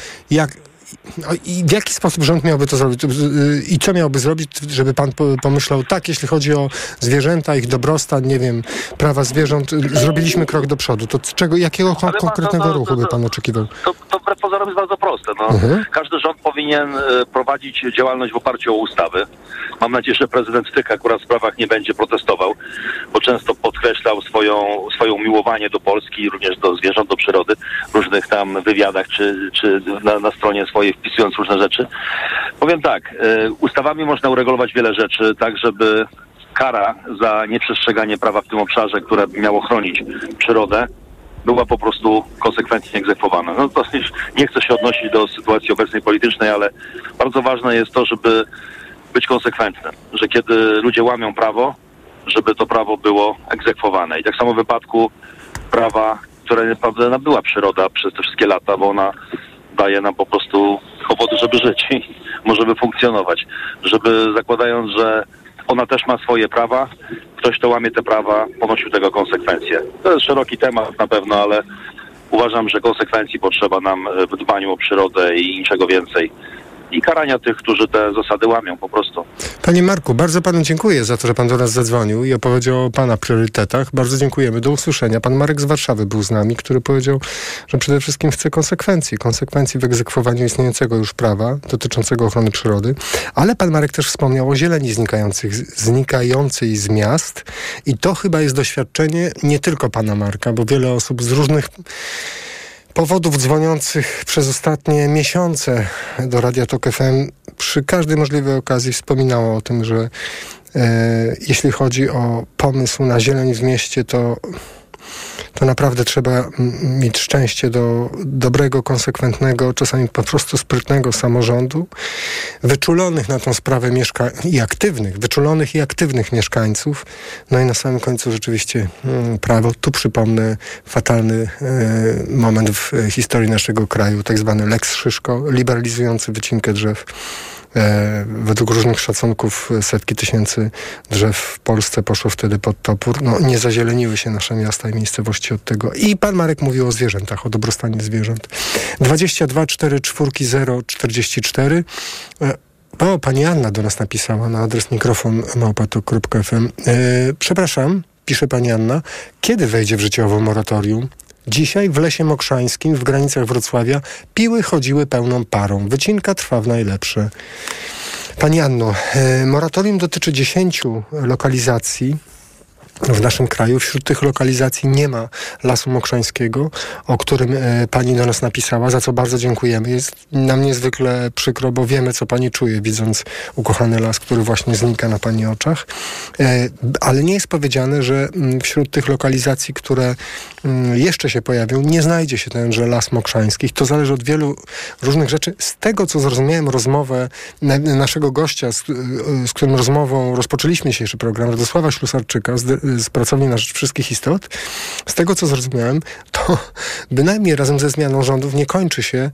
i w jaki sposób rząd miałby to zrobić i co miałby zrobić, żeby pan pomyślał, tak, jeśli chodzi o zwierzęta, ich dobrostan, nie wiem, prawa zwierząt, zrobiliśmy krok do przodu. To jakiego konkretnego ruchu by pan oczekiwał? To wbrew pozorom jest bardzo proste. Każdy rząd powinien prowadzić działalność w oparciu o ustawy. Mam nadzieję, że prezydent w tych akurat sprawach nie będzie protestował, bo często podkreślał swoje umiłowanie do Polski, również do zwierząt, do przyrody, w różnych tam wywiadach czy na stronie swojej wpisując różne rzeczy. Powiem tak, ustawami można uregulować wiele rzeczy, tak żeby kara za nieprzestrzeganie prawa w tym obszarze, które miało chronić przyrodę, była po prostu konsekwentnie egzekwowana. No to nie chcę się odnosić do sytuacji obecnej politycznej, ale bardzo ważne jest to, żeby być konsekwentnym, że kiedy ludzie łamią prawo, żeby to prawo było egzekwowane. I tak samo w wypadku prawa, które naprawdę nabyła przyroda przez te wszystkie lata, bo ona daje nam po prostu powody, żeby żyć i możemy funkcjonować. Żeby zakładając, że ona też ma swoje prawa, ktoś, kto łamie te prawa, ponosił tego konsekwencje. To jest szeroki temat na pewno, ale uważam, że konsekwencji potrzeba nam w dbaniu o przyrodę i niczego więcej. I karania tych, którzy te zasady łamią po prostu. Panie Marku, bardzo panu dziękuję za to, że pan do nas zadzwonił i opowiedział o pana priorytetach. Bardzo dziękujemy. Do usłyszenia. Pan Marek z Warszawy był z nami, który powiedział, że przede wszystkim chce konsekwencji w egzekwowaniu istniejącego już prawa dotyczącego ochrony przyrody. Ale pan Marek też wspomniał o zieleni znikającej z miast i to chyba jest doświadczenie nie tylko pana Marka, bo wiele osób z różnych powodów dzwoniących przez ostatnie miesiące do Radia Tok FM przy każdej możliwej okazji wspominało o tym, że jeśli chodzi o pomysł na zieleń w mieście, to naprawdę trzeba mieć szczęście do dobrego, konsekwentnego, czasami po prostu sprytnego samorządu, wyczulonych na tą sprawę wyczulonych i aktywnych mieszkańców. No i na samym końcu rzeczywiście prawo. Tu przypomnę fatalny moment w historii naszego kraju, tak zwany Lex Szyszko, liberalizujący wycinkę drzew. Według różnych szacunków setki tysięcy drzew w Polsce poszło wtedy pod topór. No, nie zazieleniły się nasze miasta i miejscowości od tego. I pan Marek mówił o zwierzętach, o dobrostanie zwierząt. 22 44 0 44. O, pani Anna do nas napisała na adres mikrofon@tok.fm. Przepraszam, pisze pani Anna, kiedy wejdzie w życie owo moratorium? Dzisiaj w Lesie Mokrzańskim w granicach Wrocławia piły chodziły pełną parą. Wycinka trwa w najlepsze. Pani Anno, moratorium dotyczy 10 lokalizacji w naszym kraju. Wśród tych lokalizacji nie ma Lasu Mokrzańskiego, o którym pani do nas napisała, za co bardzo dziękujemy. Jest nam niezwykle przykro, bo wiemy, co pani czuje, widząc ukochany las, który właśnie znika na pani oczach. Ale nie jest powiedziane, że wśród tych lokalizacji, które jeszcze się pojawią, nie znajdzie się tenże Las Mokrzański. To zależy od wielu różnych rzeczy. Z tego, co zrozumiałem rozmowę naszego gościa, z którym rozmową rozpoczęliśmy dzisiejszy program, Radosława Ślusarczyka, z Pracowni na Rzecz Wszystkich Istot. Z tego, co zrozumiałem, to bynajmniej razem ze zmianą rządów nie kończy się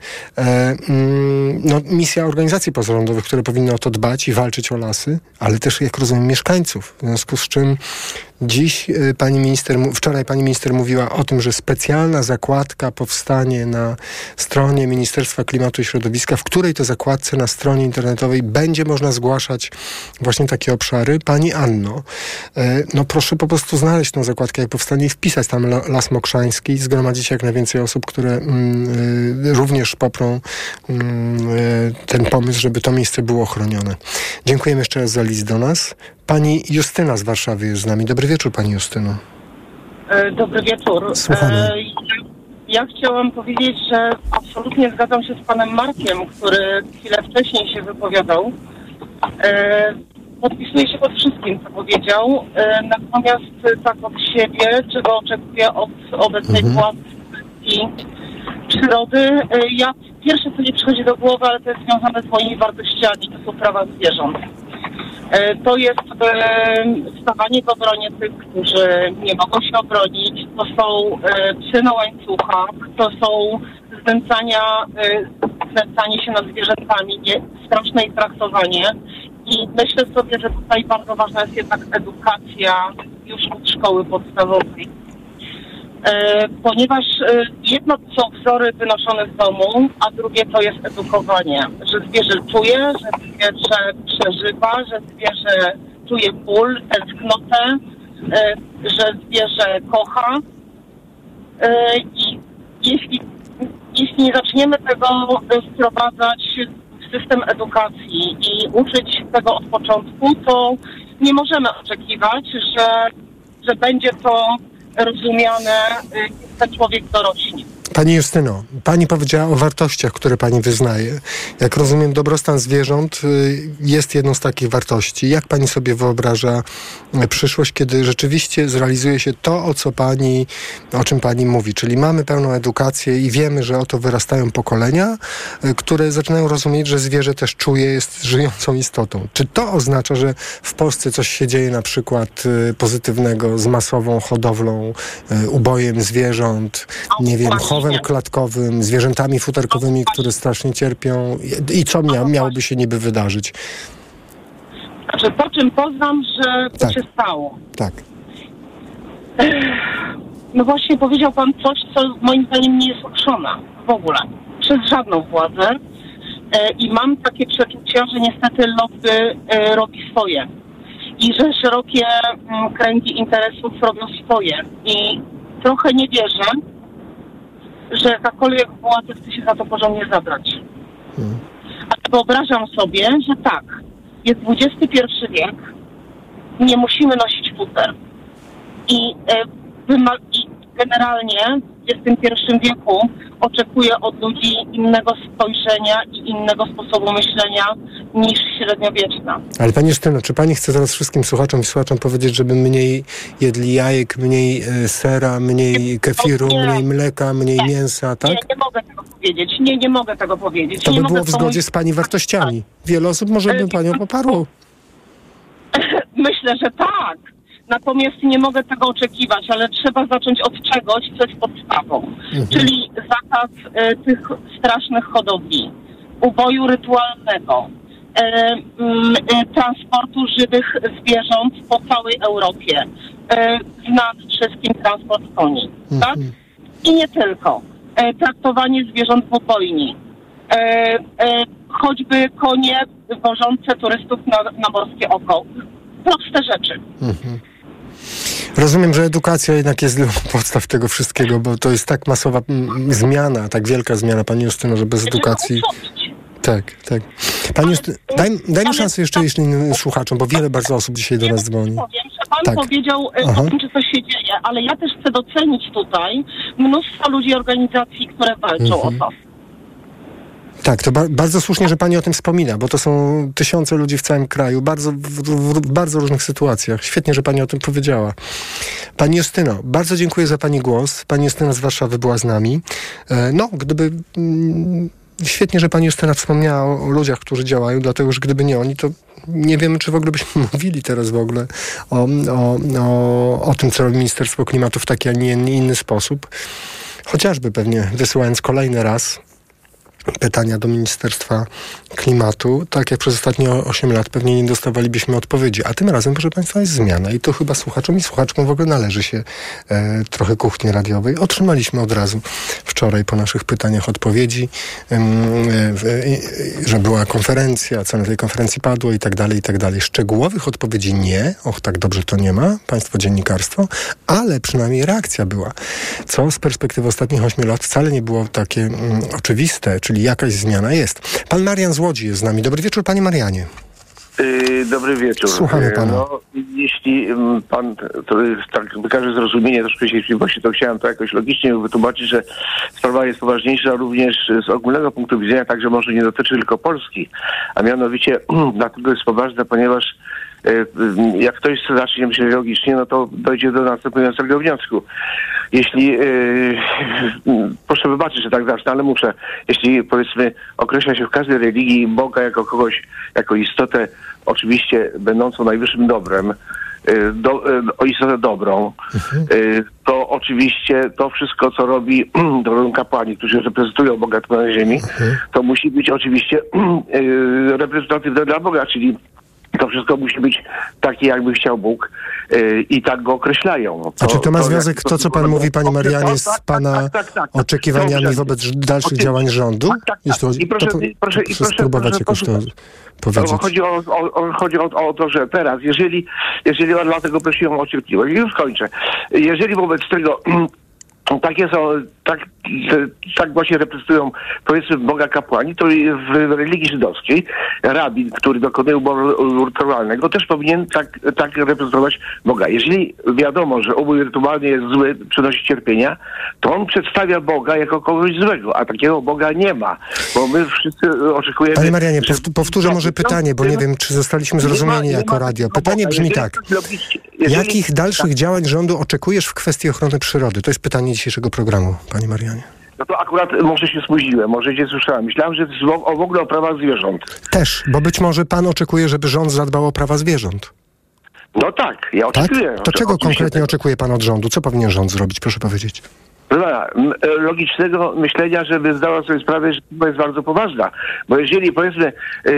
misja organizacji pozarządowych, które powinny o to dbać i walczyć o lasy, ale też, jak rozumiem, mieszkańców. W związku z czym Dziś wczoraj pani minister mówiła o tym, że specjalna zakładka powstanie na stronie Ministerstwa Klimatu i Środowiska, w której to zakładce na stronie internetowej będzie można zgłaszać właśnie takie obszary. Pani Anno, proszę po prostu znaleźć tą zakładkę, jak powstanie, i wpisać tam Las Mokrzański, zgromadzić jak najwięcej osób, które również poprą ten pomysł, żeby to miejsce było chronione. Dziękujemy jeszcze raz za list do nas. Pani Justyna z Warszawy jest z nami. Dobry wieczór, pani Justyno. Dobry wieczór. Słuchamy. Ja chciałam powiedzieć, że absolutnie zgadzam się z panem Markiem, który chwilę wcześniej się wypowiadał. Podpisuję się pod wszystkim, co powiedział. Natomiast tak od siebie, czego oczekuję od obecnej władzy i przyrody, pierwsze, co mi przychodzi do głowy, ale to jest związane z moimi wartościami, to są prawa zwierząt. To jest stawanie w obronie tych, którzy nie mogą się obronić. To są psy na łańcuchach, to są znęcanie się nad zwierzętami, straszne ich traktowanie. I myślę sobie, że tutaj bardzo ważna jest jednak edukacja już od szkoły podstawowej. Ponieważ jedno są wzory wynoszone z domu, a drugie to jest edukowanie. Że zwierzę czuje, że zwierzę przeżywa, że zwierzę czuje ból, tęsknotę, że zwierzę kocha. I jeśli nie zaczniemy tego wprowadzać w system edukacji i uczyć tego od początku, to nie możemy oczekiwać, że będzie to rozumiane, ten człowiek dorośnie. Pani Justyno, pani powiedziała o wartościach, które pani wyznaje. Jak rozumiem, dobrostan zwierząt jest jedną z takich wartości. Jak pani sobie wyobraża przyszłość, kiedy rzeczywiście zrealizuje się to, o czym pani mówi? Czyli mamy pełną edukację i wiemy, że oto wyrastają pokolenia, które zaczynają rozumieć, że zwierzę też czuje, jest żyjącą istotą. Czy to oznacza, że w Polsce coś się dzieje na przykład pozytywnego z masową hodowlą, ubojem zwierząt, nie wiem, chowem klatkowym, zwierzętami futerkowymi, które strasznie cierpią? I co miałoby się niby wydarzyć? Znaczy, po czym poznam, że to się stało. Tak. No właśnie powiedział pan coś, co moim zdaniem nie jest okrzone w ogóle. Przez żadną władzę. I mam takie przeczucia, że niestety lobby robi swoje. I że szerokie kręgi interesów robią swoje. I trochę nie wierzę, że jakakolwiek władza chce się za to porządnie zabrać. Ale wyobrażam sobie, że tak, jest XXI wiek, nie musimy nosić futer. I generalnie w XXI wieku oczekuję od ludzi innego spojrzenia i innego sposobu myślenia niż średniowieczna. Ale pani Justyno, czy pani chce teraz wszystkim słuchaczom i słuchaczom powiedzieć, żeby mniej jedli jajek, mniej sera, mniej kefiru, mniej mleka, mniej mięsa, tak? Nie mogę tego powiedzieć. Nie mogę tego powiedzieć. To by było w zgodzie z pani wartościami. Wiele osób może by panią poparło. Myślę, że tak. Natomiast nie mogę tego oczekiwać, ale trzeba zacząć od czegoś, co jest podstawą. Czyli zakaz tych strasznych hodowli, uboju rytualnego, transportu żywych zwierząt po całej Europie, nad wszystkim transport koni, tak? I nie tylko. Traktowanie zwierząt w ubojni. Choćby konie wożące turystów na morskie oko. Proste rzeczy. Rozumiem, że edukacja jednak jest podstaw tego wszystkiego, bo to jest tak masowa zmiana, tak wielka zmiana, pani Justyno, że bez edukacji... Tak. Pani Justyno, dajmy szansę jeszcze innym słuchaczom, bo wiele bardzo osób dzisiaj do nas dzwoni. Powiem, że pan powiedział o tym, czy coś się dzieje, ale ja też chcę docenić tutaj mnóstwo ludzi, organizacji, które walczą o to. Tak, to bardzo słusznie, że pani o tym wspomina, bo to są tysiące ludzi w całym kraju, w bardzo różnych sytuacjach. Świetnie, że pani o tym powiedziała. Pani Justyno, bardzo dziękuję za pani głos. Pani Justyna z Warszawy była z nami. Świetnie, że pani Justyna wspomniała o ludziach, którzy działają, dlatego, że gdyby nie oni, to nie wiemy, czy w ogóle byśmy mówili teraz w ogóle o tym, co robi Ministerstwo Klimatu w taki, a nie inny sposób. Chociażby pewnie wysyłając kolejny raz pytania do Ministerstwa Klimatu, tak jak przez ostatnie 8 lat pewnie nie dostawalibyśmy odpowiedzi. A tym razem, proszę Państwa, jest zmiana i to chyba słuchaczom i słuchaczkom w ogóle należy się trochę kuchni radiowej. Otrzymaliśmy od razu wczoraj po naszych pytaniach odpowiedzi, że była konferencja, co na tej konferencji padło i tak dalej, i tak dalej. Szczegółowych odpowiedzi nie, tak dobrze to nie ma, Państwo dziennikarstwo, ale przynajmniej reakcja była, co z perspektywy ostatnich 8 lat wcale nie było takie oczywiste, czyli jakaś zmiana jest. Pan Marian z Łodzi jest z nami. Dobry wieczór, panie Marianie. Dobry wieczór. Słuchamy pana. No, jeśli pan to tak wykaże zrozumienie, troszkę cierpliwości, to chciałem to jakoś logicznie wytłumaczyć, że sprawa jest poważniejsza również z ogólnego punktu widzenia, także może nie dotyczy tylko Polski, a mianowicie dlatego jest poważna, ponieważ jak ktoś zacznie myśleć logicznie, no to dojdzie do następującego wniosku. Jeśli, proszę wybaczyć, że tak zacznę, ale muszę. Jeśli, powiedzmy, określa się w każdej religii Boga jako kogoś, jako istotę oczywiście będącą najwyższym dobrem, o istotę dobrą, to oczywiście to wszystko, co robią kapłani, którzy reprezentują Boga tu na ziemi, to musi być oczywiście reprezentatywne dla Boga, czyli to wszystko musi być takie, jakby chciał Bóg i tak go określają. A czy to ma związek, to co pan mówi, panie Marianie, z pana oczekiwaniami wobec dalszych działań rządu? Proszę spróbować jakoś to powiedzieć. Chodzi o to, że teraz, jeżeli dlatego prosiłem o cierpliwość, już kończę. Jeżeli wobec tego tak właśnie reprezentują, powiedzmy, Boga kapłani, to w religii żydowskiej rabin, który dokonuje uboju rytualnego, też powinien tak reprezentować Boga. Jeżeli wiadomo, że ubój rytualny jest zły, przynosi cierpienia, to on przedstawia Boga jako kogoś złego, a takiego Boga nie ma, bo my wszyscy oczekujemy... Panie Marianie, powtórzę może pytanie, bo nie wiem, czy zostaliśmy zrozumieni jako radio. Pytanie brzmi tak. Jakich dalszych działań rządu oczekujesz w kwestii ochrony przyrody? To jest pytanie dzisiejszego programu, panie Marianie. No to akurat może się spóźniłem, może nie słyszałem. Myślałem, że w ogóle o prawa zwierząt. Też, bo być może pan oczekuje, żeby rząd zadbał o prawa zwierząt. No tak, ja oczekuję. To czego konkretnie oczekuje pan od rządu? Co powinien rząd zrobić? Proszę powiedzieć. Logicznego myślenia, żeby zdała sobie sprawę, że to jest bardzo poważna. Bo jeżeli, powiedzmy,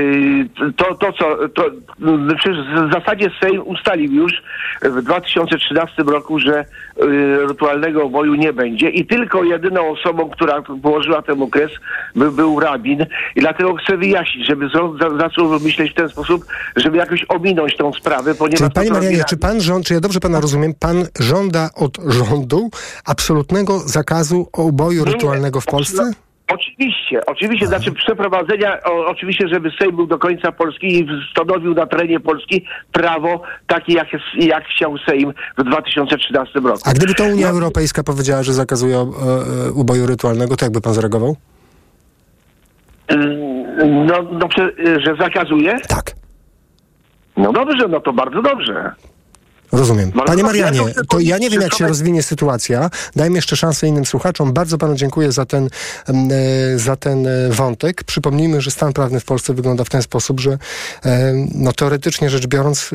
przecież w zasadzie Sejm ustalił już w 2013 roku, że rytualnego uboju nie będzie i tylko jedyną osobą, która położyła temu kres, był rabin i dlatego chcę wyjaśnić, żeby zaczął myśleć w ten sposób, żeby jakoś ominąć tą sprawę, ponieważ... Czyli panie Marianie, czy ja dobrze pana rozumiem, pan żąda od rządu absolutnego zakazu uboju rytualnego w Polsce? Oczywiście, znaczy przeprowadzenia, oczywiście, żeby Sejm był do końca Polski i stanowił na terenie Polski prawo takie, jak chciał Sejm w 2013 roku. A gdyby to Unia Europejska powiedziała, że zakazuje uboju rytualnego, to jakby pan zareagował? Że zakazuje? Tak. No dobrze, no to bardzo dobrze. Rozumiem. Panie Marianie, to ja nie wiem, jak się rozwinie sytuacja. Dajmy jeszcze szansę innym słuchaczom. Bardzo panu dziękuję za ten wątek. Przypomnijmy, że stan prawny w Polsce wygląda w ten sposób, że teoretycznie rzecz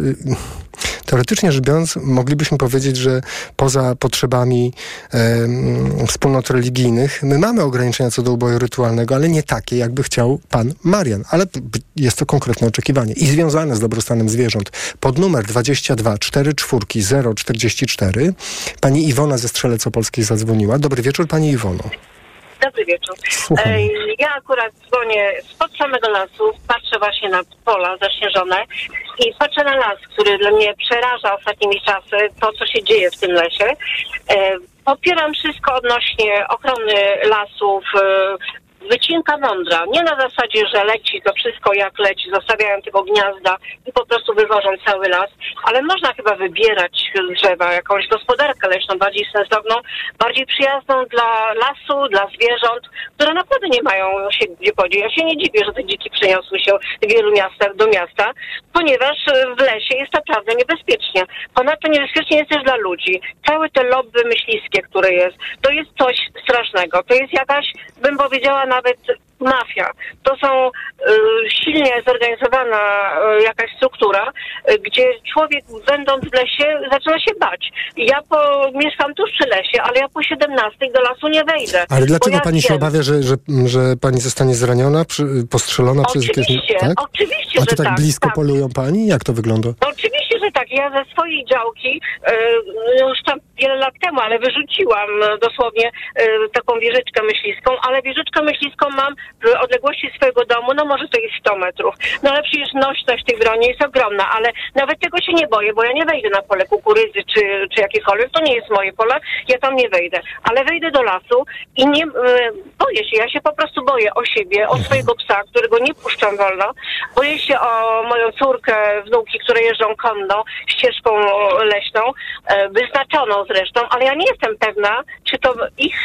biorąc, moglibyśmy powiedzieć, że poza potrzebami wspólnot religijnych, my mamy ograniczenia co do uboju rytualnego, ale nie takie, jakby chciał pan Marian. Ale jest to konkretne oczekiwanie i związane z dobrostanem zwierząt. Pod numer 22 44 044 pani Iwona ze Strzelec Opolskiej zadzwoniła. Dobry wieczór, pani Iwono. Dobry wieczór. Ja akurat dzwonię spod samego lasu, patrzę właśnie na pola zaśnieżone i patrzę na las, który dla mnie przeraża ostatnimi czasy, to co się dzieje w tym lesie. Popieram wszystko odnośnie ochrony lasów, wycinka mądra. Nie na zasadzie, że leci to wszystko jak leci, zostawiają tylko gniazda i po prostu wywożą cały las, ale można chyba wybierać drzewa, jakąś gospodarkę leśną bardziej sensowną, bardziej przyjazną dla lasu, dla zwierząt, które naprawdę nie mają się gdzie podzieć. Ja się nie dziwię, że te dziki przeniosły się w wielu miastach do miasta, ponieważ w lesie jest naprawdę niebezpiecznie. Ponadto niebezpiecznie jest też dla ludzi. Całe te lobby myśliwskie, które jest, to jest coś strasznego. To jest jakaś, bym powiedziała, nawet mafia. To są silnie zorganizowana jakaś struktura, gdzie człowiek będąc w lesie zaczyna się bać. Ja mieszkam tuż przy lesie, ale ja po 17 do lasu nie wejdę. Ale dlaczego pani się obawia, że pani zostanie zraniona, postrzelona przez jakieś... Tak? Oczywiście, a to że tak blisko polują pani? Jak to wygląda? No, oczywiście, że tak. Ja ze swojej działki, już tam wiele lat temu, ale wyrzuciłam dosłownie taką wieżyczkę myśliską, ale wieżyczkę myśliską mam w odległości swojego domu, no może to jest 100 metrów. No ale przecież nośność tych broni jest ogromna, ale nawet tego się nie boję, bo ja nie wejdę na pole kukurydzy czy jakiekolwiek, to nie jest moje pole, ja tam nie wejdę. Ale wejdę do lasu i nie boję się, ja się po prostu boję o siebie, o swojego psa, którego nie puszczam wolno, boję się o moją córkę, wnuki, które jeżdżą konno, ścieżką leśną, wyznaczoną zresztą, ale ja nie jestem pewna, czy to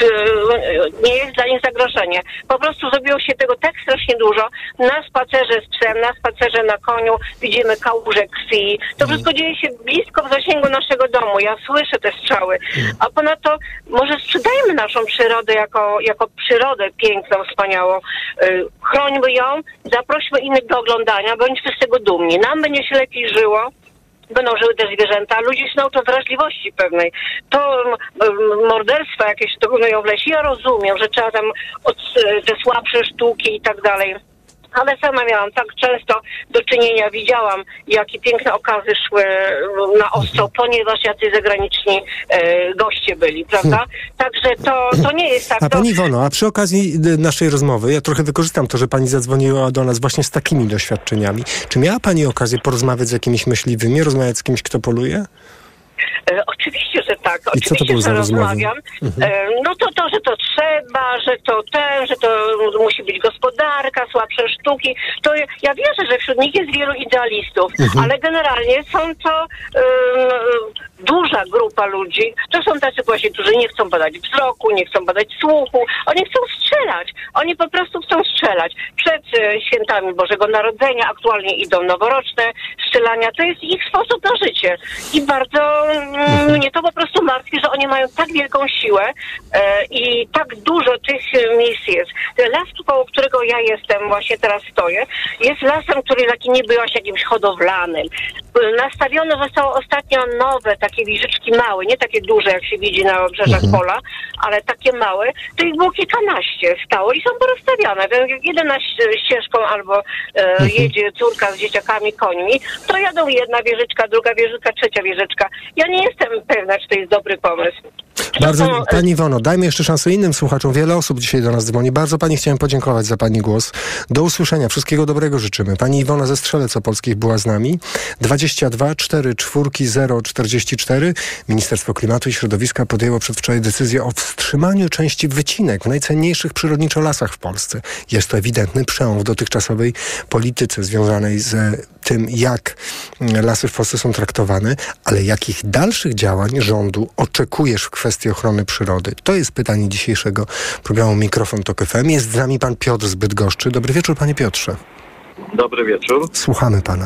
nie jest dla nich zagrożenie. Po prostu zrobiło się tego tak strasznie dużo. Na spacerze z psem, na spacerze na koniu widzimy kałuże krwi. To wszystko dzieje się blisko w zasięgu naszego domu. Ja słyszę te strzały. A ponadto może sprzedajmy naszą przyrodę jako przyrodę piękną, wspaniałą. Chrońmy ją, zaprośmy innych do oglądania, bądźmy z tego dumni. Nam będzie się lepiej żyło. Będą żyły te zwierzęta, ludzie się nauczą wrażliwości pewnej. To morderstwa jakieś dokonują w lesie. Ja rozumiem, że trzeba tam te słabsze sztuki i tak dalej. Ale sama miałam tak często do czynienia, widziałam, jakie piękne okazy szły na ostro, ponieważ jacyś zagraniczni goście byli, prawda? Także to nie jest tak. A pani Iwono, a przy okazji naszej rozmowy, ja trochę wykorzystam to, że pani zadzwoniła do nas właśnie z takimi doświadczeniami. Czy miała pani okazję porozmawiać z jakimiś myśliwymi, rozmawiać z kimś, kto poluje? Oczywiście, że tak. I co to było za rozmawiam. No to, że to trzeba, że to musi być gospodarka, słabsze sztuki. To ja wierzę, że wśród nich jest wielu idealistów, ale generalnie są to duża grupa ludzi. To są tacy właśnie, którzy nie chcą badać wzroku, nie chcą badać słuchu. Oni chcą strzelać. Oni po prostu chcą strzelać. Przed świętami Bożego Narodzenia aktualnie idą noworoczne strzelania. To jest ich sposób na życie. I bardzo mnie to po prostu martwi, że oni mają tak wielką siłę i tak dużo tych miejsc jest. Las, koło którego ja jestem, właśnie teraz stoję, jest lasem, który taki niby jakimś hodowlanym. Nastawione zostało ostatnio nowe takie wieżyczki małe, nie takie duże, jak się widzi na obrzeżach pola, ale takie małe. To ich było kilkanaście stało i są porozstawiane. Jak jeden na ścieżką albo jedzie córka z dzieciakami, końmi, to jadą jedna wieżyczka, druga wieżyczka, trzecia wieżyczka. Ja nie jestem pewna, czy to jest dobry pomysł. Bardzo, pani Iwono, dajmy jeszcze szansę innym słuchaczom. Wiele osób dzisiaj do nas dzwoni. Bardzo pani chciałem podziękować za pani głos. Do usłyszenia. Wszystkiego dobrego życzymy. Pani Iwona ze Strzelec Opolskich była z nami. 22 44 044. Ministerstwo Klimatu i Środowiska podjęło przedwczoraj decyzję o wstrzymaniu części wycinek w najcenniejszych przyrodniczo lasach w Polsce. Jest to ewidentny przełom w dotychczasowej polityce związanej z tym, jak lasy w Polsce są traktowane, ale jakich dalszych działań rządu oczekujesz w kwestii ochrony przyrody? To jest pytanie dzisiejszego programu Mikrofon Tok FM. Jest z nami pan Piotr z Bydgoszczy. Dobry wieczór, panie Piotrze. Dobry wieczór. Słuchamy pana.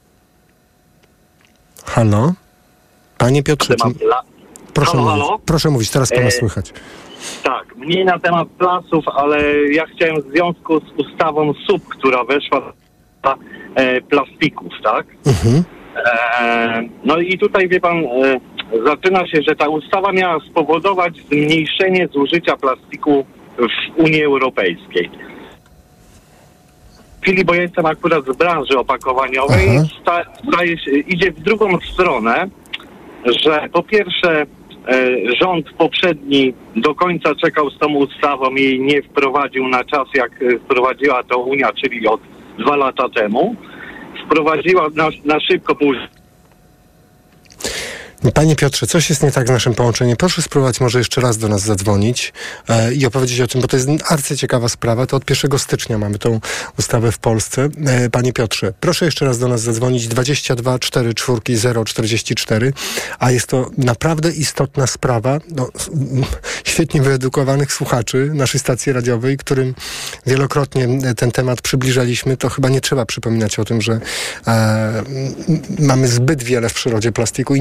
Halo? Panie Piotrze, proszę mówić, teraz pana słychać. Tak, mniej na temat lasów, ale ja chciałem w związku z ustawą SUP, która weszła plastików, tak? No i tutaj, wie pan, zaczyna się, że ta ustawa miała spowodować zmniejszenie zużycia plastiku w Unii Europejskiej. W chwili, bo ja jestem akurat z branży opakowaniowej, idzie w drugą stronę, że po pierwsze rząd poprzedni do końca czekał z tą ustawą i jej nie wprowadził na czas, jak wprowadziła to Unia, czyli od 2 lata temu. Wprowadziła na szybko później. Panie Piotrze, coś jest nie tak z naszym połączeniem. Proszę spróbować może jeszcze raz do nas zadzwonić i opowiedzieć o tym, bo to jest arcyciekawa sprawa. To od 1 stycznia mamy tą ustawę w Polsce. Panie Piotrze, proszę jeszcze raz do nas zadzwonić 22 44 044, a jest to naprawdę istotna sprawa świetnie wyedukowanych słuchaczy naszej stacji radiowej, którym wielokrotnie ten temat przybliżaliśmy. To chyba nie trzeba przypominać o tym, że mamy zbyt wiele w przyrodzie plastiku i niestety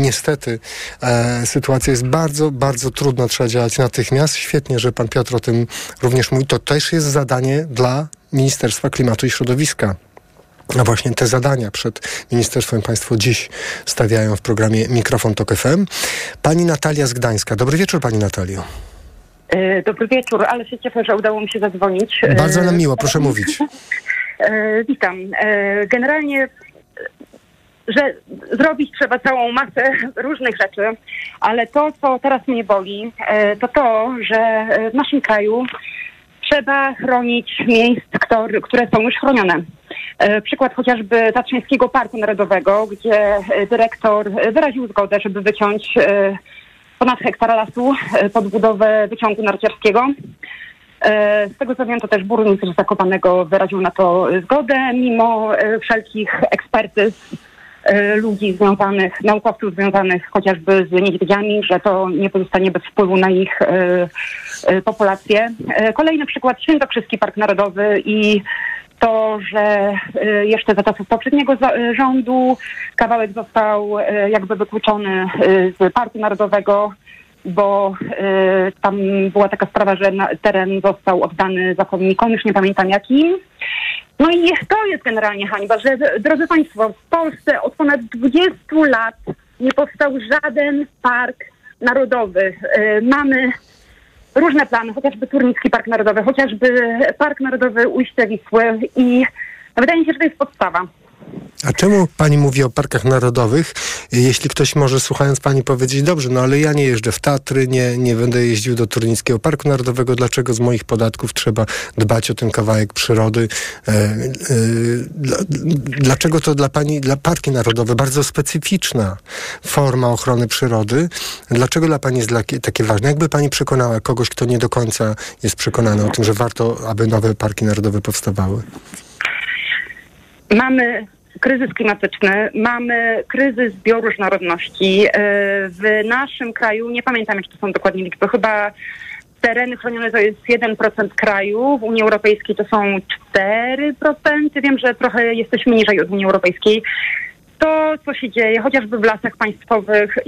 niestety sytuacja jest bardzo, bardzo trudna. Trzeba działać natychmiast. Świetnie, że pan Piotr o tym również mówi. To też jest zadanie dla Ministerstwa Klimatu i Środowiska. A właśnie te zadania przed ministerstwem państwo dziś stawiają w programie Mikrofon Tok FM. Pani Natalia z Gdańska. Dobry wieczór, pani Natalio. Dobry wieczór, ale się cieszę, że udało mi się zadzwonić. Bardzo nam miło, proszę mówić. Witam. Generalnie, że zrobić trzeba całą masę różnych rzeczy, ale to, co teraz mnie boli, to, że w naszym kraju trzeba chronić miejsc, które są już chronione. Przykład chociażby Tatrzańskiego Parku Narodowego, gdzie dyrektor wyraził zgodę, żeby wyciąć ponad hektara lasu pod budowę wyciągu narciarskiego. Z tego co wiem, to też burmistrz Zakopanego wyraził na to zgodę, mimo wszelkich ekspertyz ludzi związanych, naukowców związanych chociażby z niedźwiedziami, że to nie pozostanie bez wpływu na ich populację. Kolejny przykład, Świętokrzyski Park Narodowy i to, że jeszcze za czasów poprzedniego rządu kawałek został jakby wykluczony z Parku Narodowego, bo tam była taka sprawa, że teren został oddany zakonnikom, już nie pamiętam jakim. No i to jest generalnie hańba, że, drodzy Państwo, w Polsce od ponad 20 lat nie powstał żaden park narodowy. Mamy różne plany, chociażby Turnicki Park Narodowy, chociażby Park Narodowy Ujście Wisły i wydaje mi się, że to jest podstawa. A czemu pani mówi o parkach narodowych? Jeśli ktoś może, słuchając pani, powiedzieć, dobrze, no ale ja nie jeżdżę w Tatry, nie będę jeździł do Turnickiego Parku Narodowego, dlaczego z moich podatków trzeba dbać o ten kawałek przyrody? Dlaczego to dla parki narodowe bardzo specyficzna forma ochrony przyrody? Dlaczego dla pani jest takie ważne? Jakby pani przekonała kogoś, kto nie do końca jest przekonany o tym, że warto, aby nowe parki narodowe powstawały? Mamy kryzys klimatyczny, mamy kryzys bioróżnorodności. W naszym kraju, nie pamiętam jakie to są dokładnie liczby, chyba tereny chronione to jest 1% kraju, w Unii Europejskiej to są 4%. Wiem, że trochę jesteśmy niżej od Unii Europejskiej. To, co się dzieje, chociażby w lasach państwowych,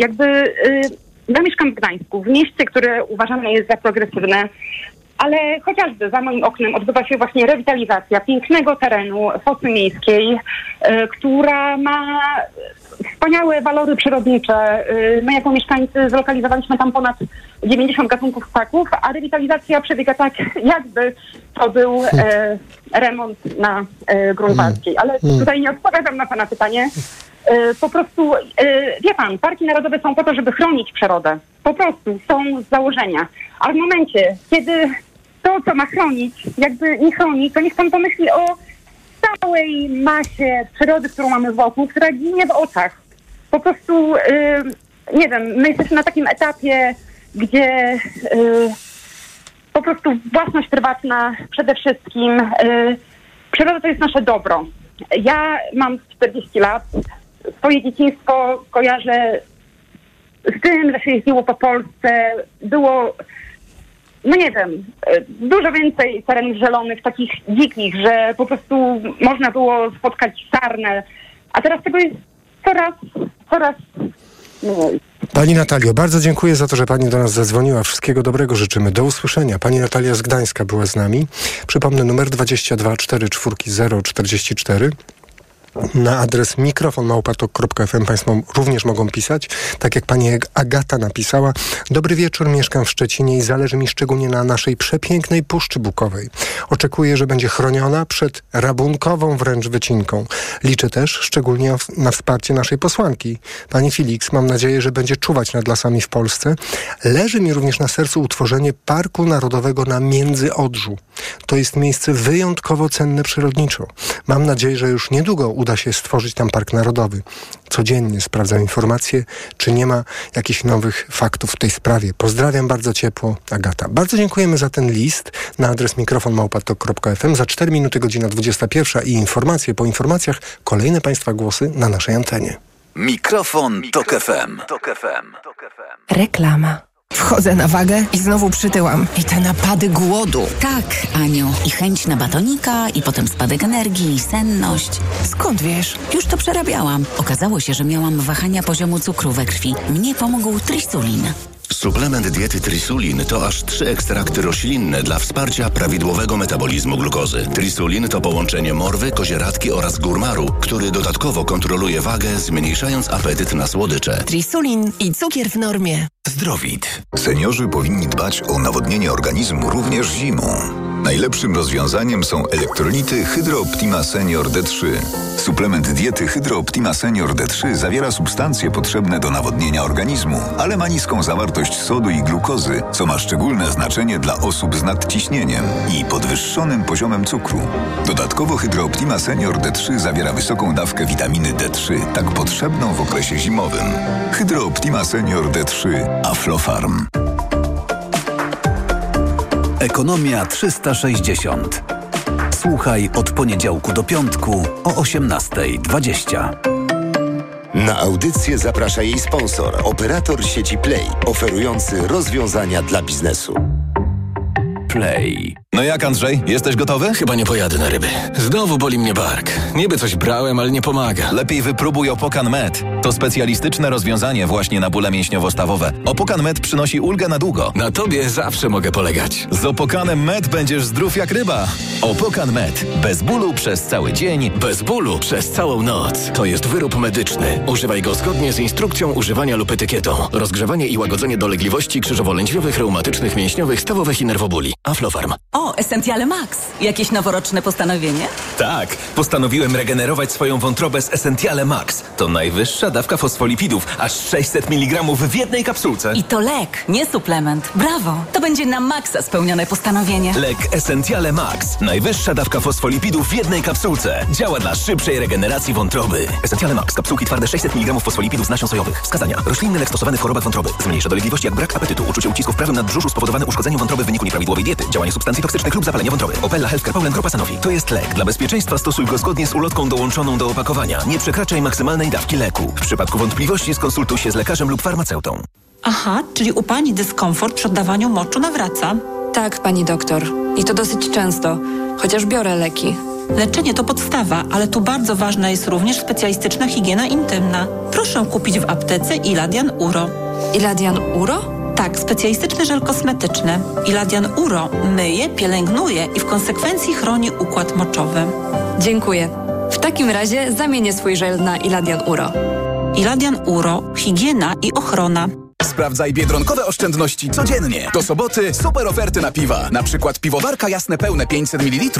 ja mieszkam w Gdańsku, w mieście, które uważane jest za progresywne, ale chociażby za moim oknem odbywa się właśnie rewitalizacja pięknego terenu Fosy Miejskiej, która ma wspaniałe walory przyrodnicze. My jako mieszkańcy zlokalizowaliśmy tam ponad 90 gatunków ssaków, a rewitalizacja przebiega tak, jakby to był remont na Grunwaldzkiej. Ale tutaj nie odpowiadam na pana pytanie. Po prostu, wie pan, parki narodowe są po to, żeby chronić przyrodę. Po prostu są z założenia. A w momencie, kiedy to, co ma chronić, jakby nie chroni, to niech pan pomyśli o całej masie przyrody, którą mamy wokół, która ginie w oczach. Po prostu, nie wiem, my jesteśmy na takim etapie, gdzie po prostu własność prywatna przede wszystkim, przyroda to jest nasze dobro. Ja mam 40 lat, swoje dzieciństwo kojarzę z tym, że się jeździło po Polsce, było, no nie wiem, dużo więcej terenów zielonych, takich dzikich, że po prostu można było spotkać sarnę, a teraz tego jest coraz mniej. Pani Natalio, bardzo dziękuję za to, że pani do nas zadzwoniła. Wszystkiego dobrego życzymy. Do usłyszenia. Pani Natalia z Gdańska była z nami. Przypomnę numer 22 44 044. Na adres mikrofon@tok.fm Państwo również mogą pisać. Tak jak pani Agata napisała. Dobry wieczór, mieszkam w Szczecinie i zależy mi szczególnie na naszej przepięknej Puszczy Bukowej. Oczekuję, że będzie chroniona przed rabunkową wręcz wycinką. Liczę też szczególnie na wsparcie naszej posłanki, pani Felix. Mam nadzieję, że będzie czuwać nad lasami w Polsce. Leży mi również na sercu utworzenie Parku Narodowego na Międzyodrzu. To jest miejsce wyjątkowo cenne przyrodniczo. Mam nadzieję, że już niedługo uda się stworzyć tam park narodowy. Codziennie sprawdzam informacje, czy nie ma jakichś nowych faktów w tej sprawie. Pozdrawiam bardzo ciepło, Agata. Bardzo dziękujemy za ten list na adres mikrofon@tok.fm. Za 4 minuty godzina 21 i informacje. Po informacjach kolejne Państwa głosy na naszej antenie. Mikrofon Tok FM. Reklama. Wchodzę na wagę i znowu przytyłam. I te napady głodu. Tak, Aniu. I chęć na batonika, i potem spadek energii, i senność. Skąd wiesz? Już to przerabiałam. Okazało się, że miałam wahania poziomu cukru we krwi. Mnie pomógł Trisulin. Suplement diety Trisulin to aż 3 ekstrakty roślinne dla wsparcia prawidłowego metabolizmu glukozy. Trisulin to połączenie morwy, kozieradki oraz górmaru, który dodatkowo kontroluje wagę, zmniejszając apetyt na słodycze. Trisulin i cukier w normie. Zdrowit. Seniorzy powinni dbać o nawodnienie organizmu również zimą. Najlepszym rozwiązaniem są elektrolity Hydro Optima Senior D3. Suplement diety Hydro Optima Senior D3 zawiera substancje potrzebne do nawodnienia organizmu, ale ma niską zawartość sodu i glukozy, co ma szczególne znaczenie dla osób z nadciśnieniem i podwyższonym poziomem cukru. Dodatkowo Hydro Optima Senior D3 zawiera wysoką dawkę witaminy D3, tak potrzebną w okresie zimowym. Hydro Optima Senior D3 Aflofarm. Ekonomia 360. Słuchaj od poniedziałku do piątku o 18:20. Na audycję zaprasza jej sponsor, operator sieci Play, oferujący rozwiązania dla biznesu. Play. No jak, Andrzej? Jesteś gotowy? Chyba nie pojadę na ryby. Znowu boli mnie bark. Niby coś brałem, ale nie pomaga. Lepiej wypróbuj Opokan Med. To specjalistyczne rozwiązanie właśnie na bóle mięśniowo-stawowe. Opokan Med przynosi ulgę na długo. Na tobie zawsze mogę polegać. Z Opokanem Med będziesz zdrów jak ryba. Opokan Med. Bez bólu przez cały dzień. Bez bólu przez całą noc. To jest wyrób medyczny. Używaj go zgodnie z instrukcją używania lub etykietą. Rozgrzewanie i łagodzenie dolegliwości krzyżowo-lędźwiowych, reumatycznych, mięśniowych, stawowych i nerwobóli. Aflofarm. O, Essentiale Max. Jakieś noworoczne postanowienie? Tak, postanowiłem regenerować swoją wątrobę z Essentiale Max. To najwyższa dawka fosfolipidów, aż 600 mg w jednej kapsułce. I to lek, nie suplement. Brawo! To będzie na maksa spełnione postanowienie. Lek Essentiale Max. Najwyższa dawka fosfolipidów w jednej kapsułce. Działa dla szybszej regeneracji wątroby. Essentiale Max. Kapsułki twarde 600 mg fosfolipidów z nasion sojowych. Wskazania. Roślinny lek stosowany w chorobach wątroby. Zmniejsza dolegliwości jak brak apetytu, uczucie ucisku w prawym nadbrzuszu spowodowane uszkodzeniem wątroby w wyniku nieprawidłowej diety, działanie substancji toksycznych lub zapalenie wątroby. Opella Healthcare Poland Grupa Sanofi. To jest lek. Dla bezpieczeństwa stosuj go zgodnie z ulotką dołączoną do opakowania. Nie przekraczaj maksymalnej dawki leku. W przypadku wątpliwości skonsultuj się z lekarzem lub farmaceutą. Aha, czyli u pani dyskomfort przy oddawaniu moczu nawraca? Tak, pani doktor. I to dosyć często, chociaż biorę leki. Leczenie to podstawa, ale tu bardzo ważna jest również specjalistyczna higiena intymna. Proszę kupić w aptece Iladian Uro. Iladian Uro? Tak, specjalistyczny żel kosmetyczny. Iladian Uro myje, pielęgnuje i w konsekwencji chroni układ moczowy. Dziękuję. W takim razie zamienię swój żel na Iladian Uro. Iladian Uro. Higiena i ochrona. Sprawdzaj biedronkowe oszczędności codziennie. Do soboty super oferty na piwa. Na przykład piwowarka jasne pełne 500 ml.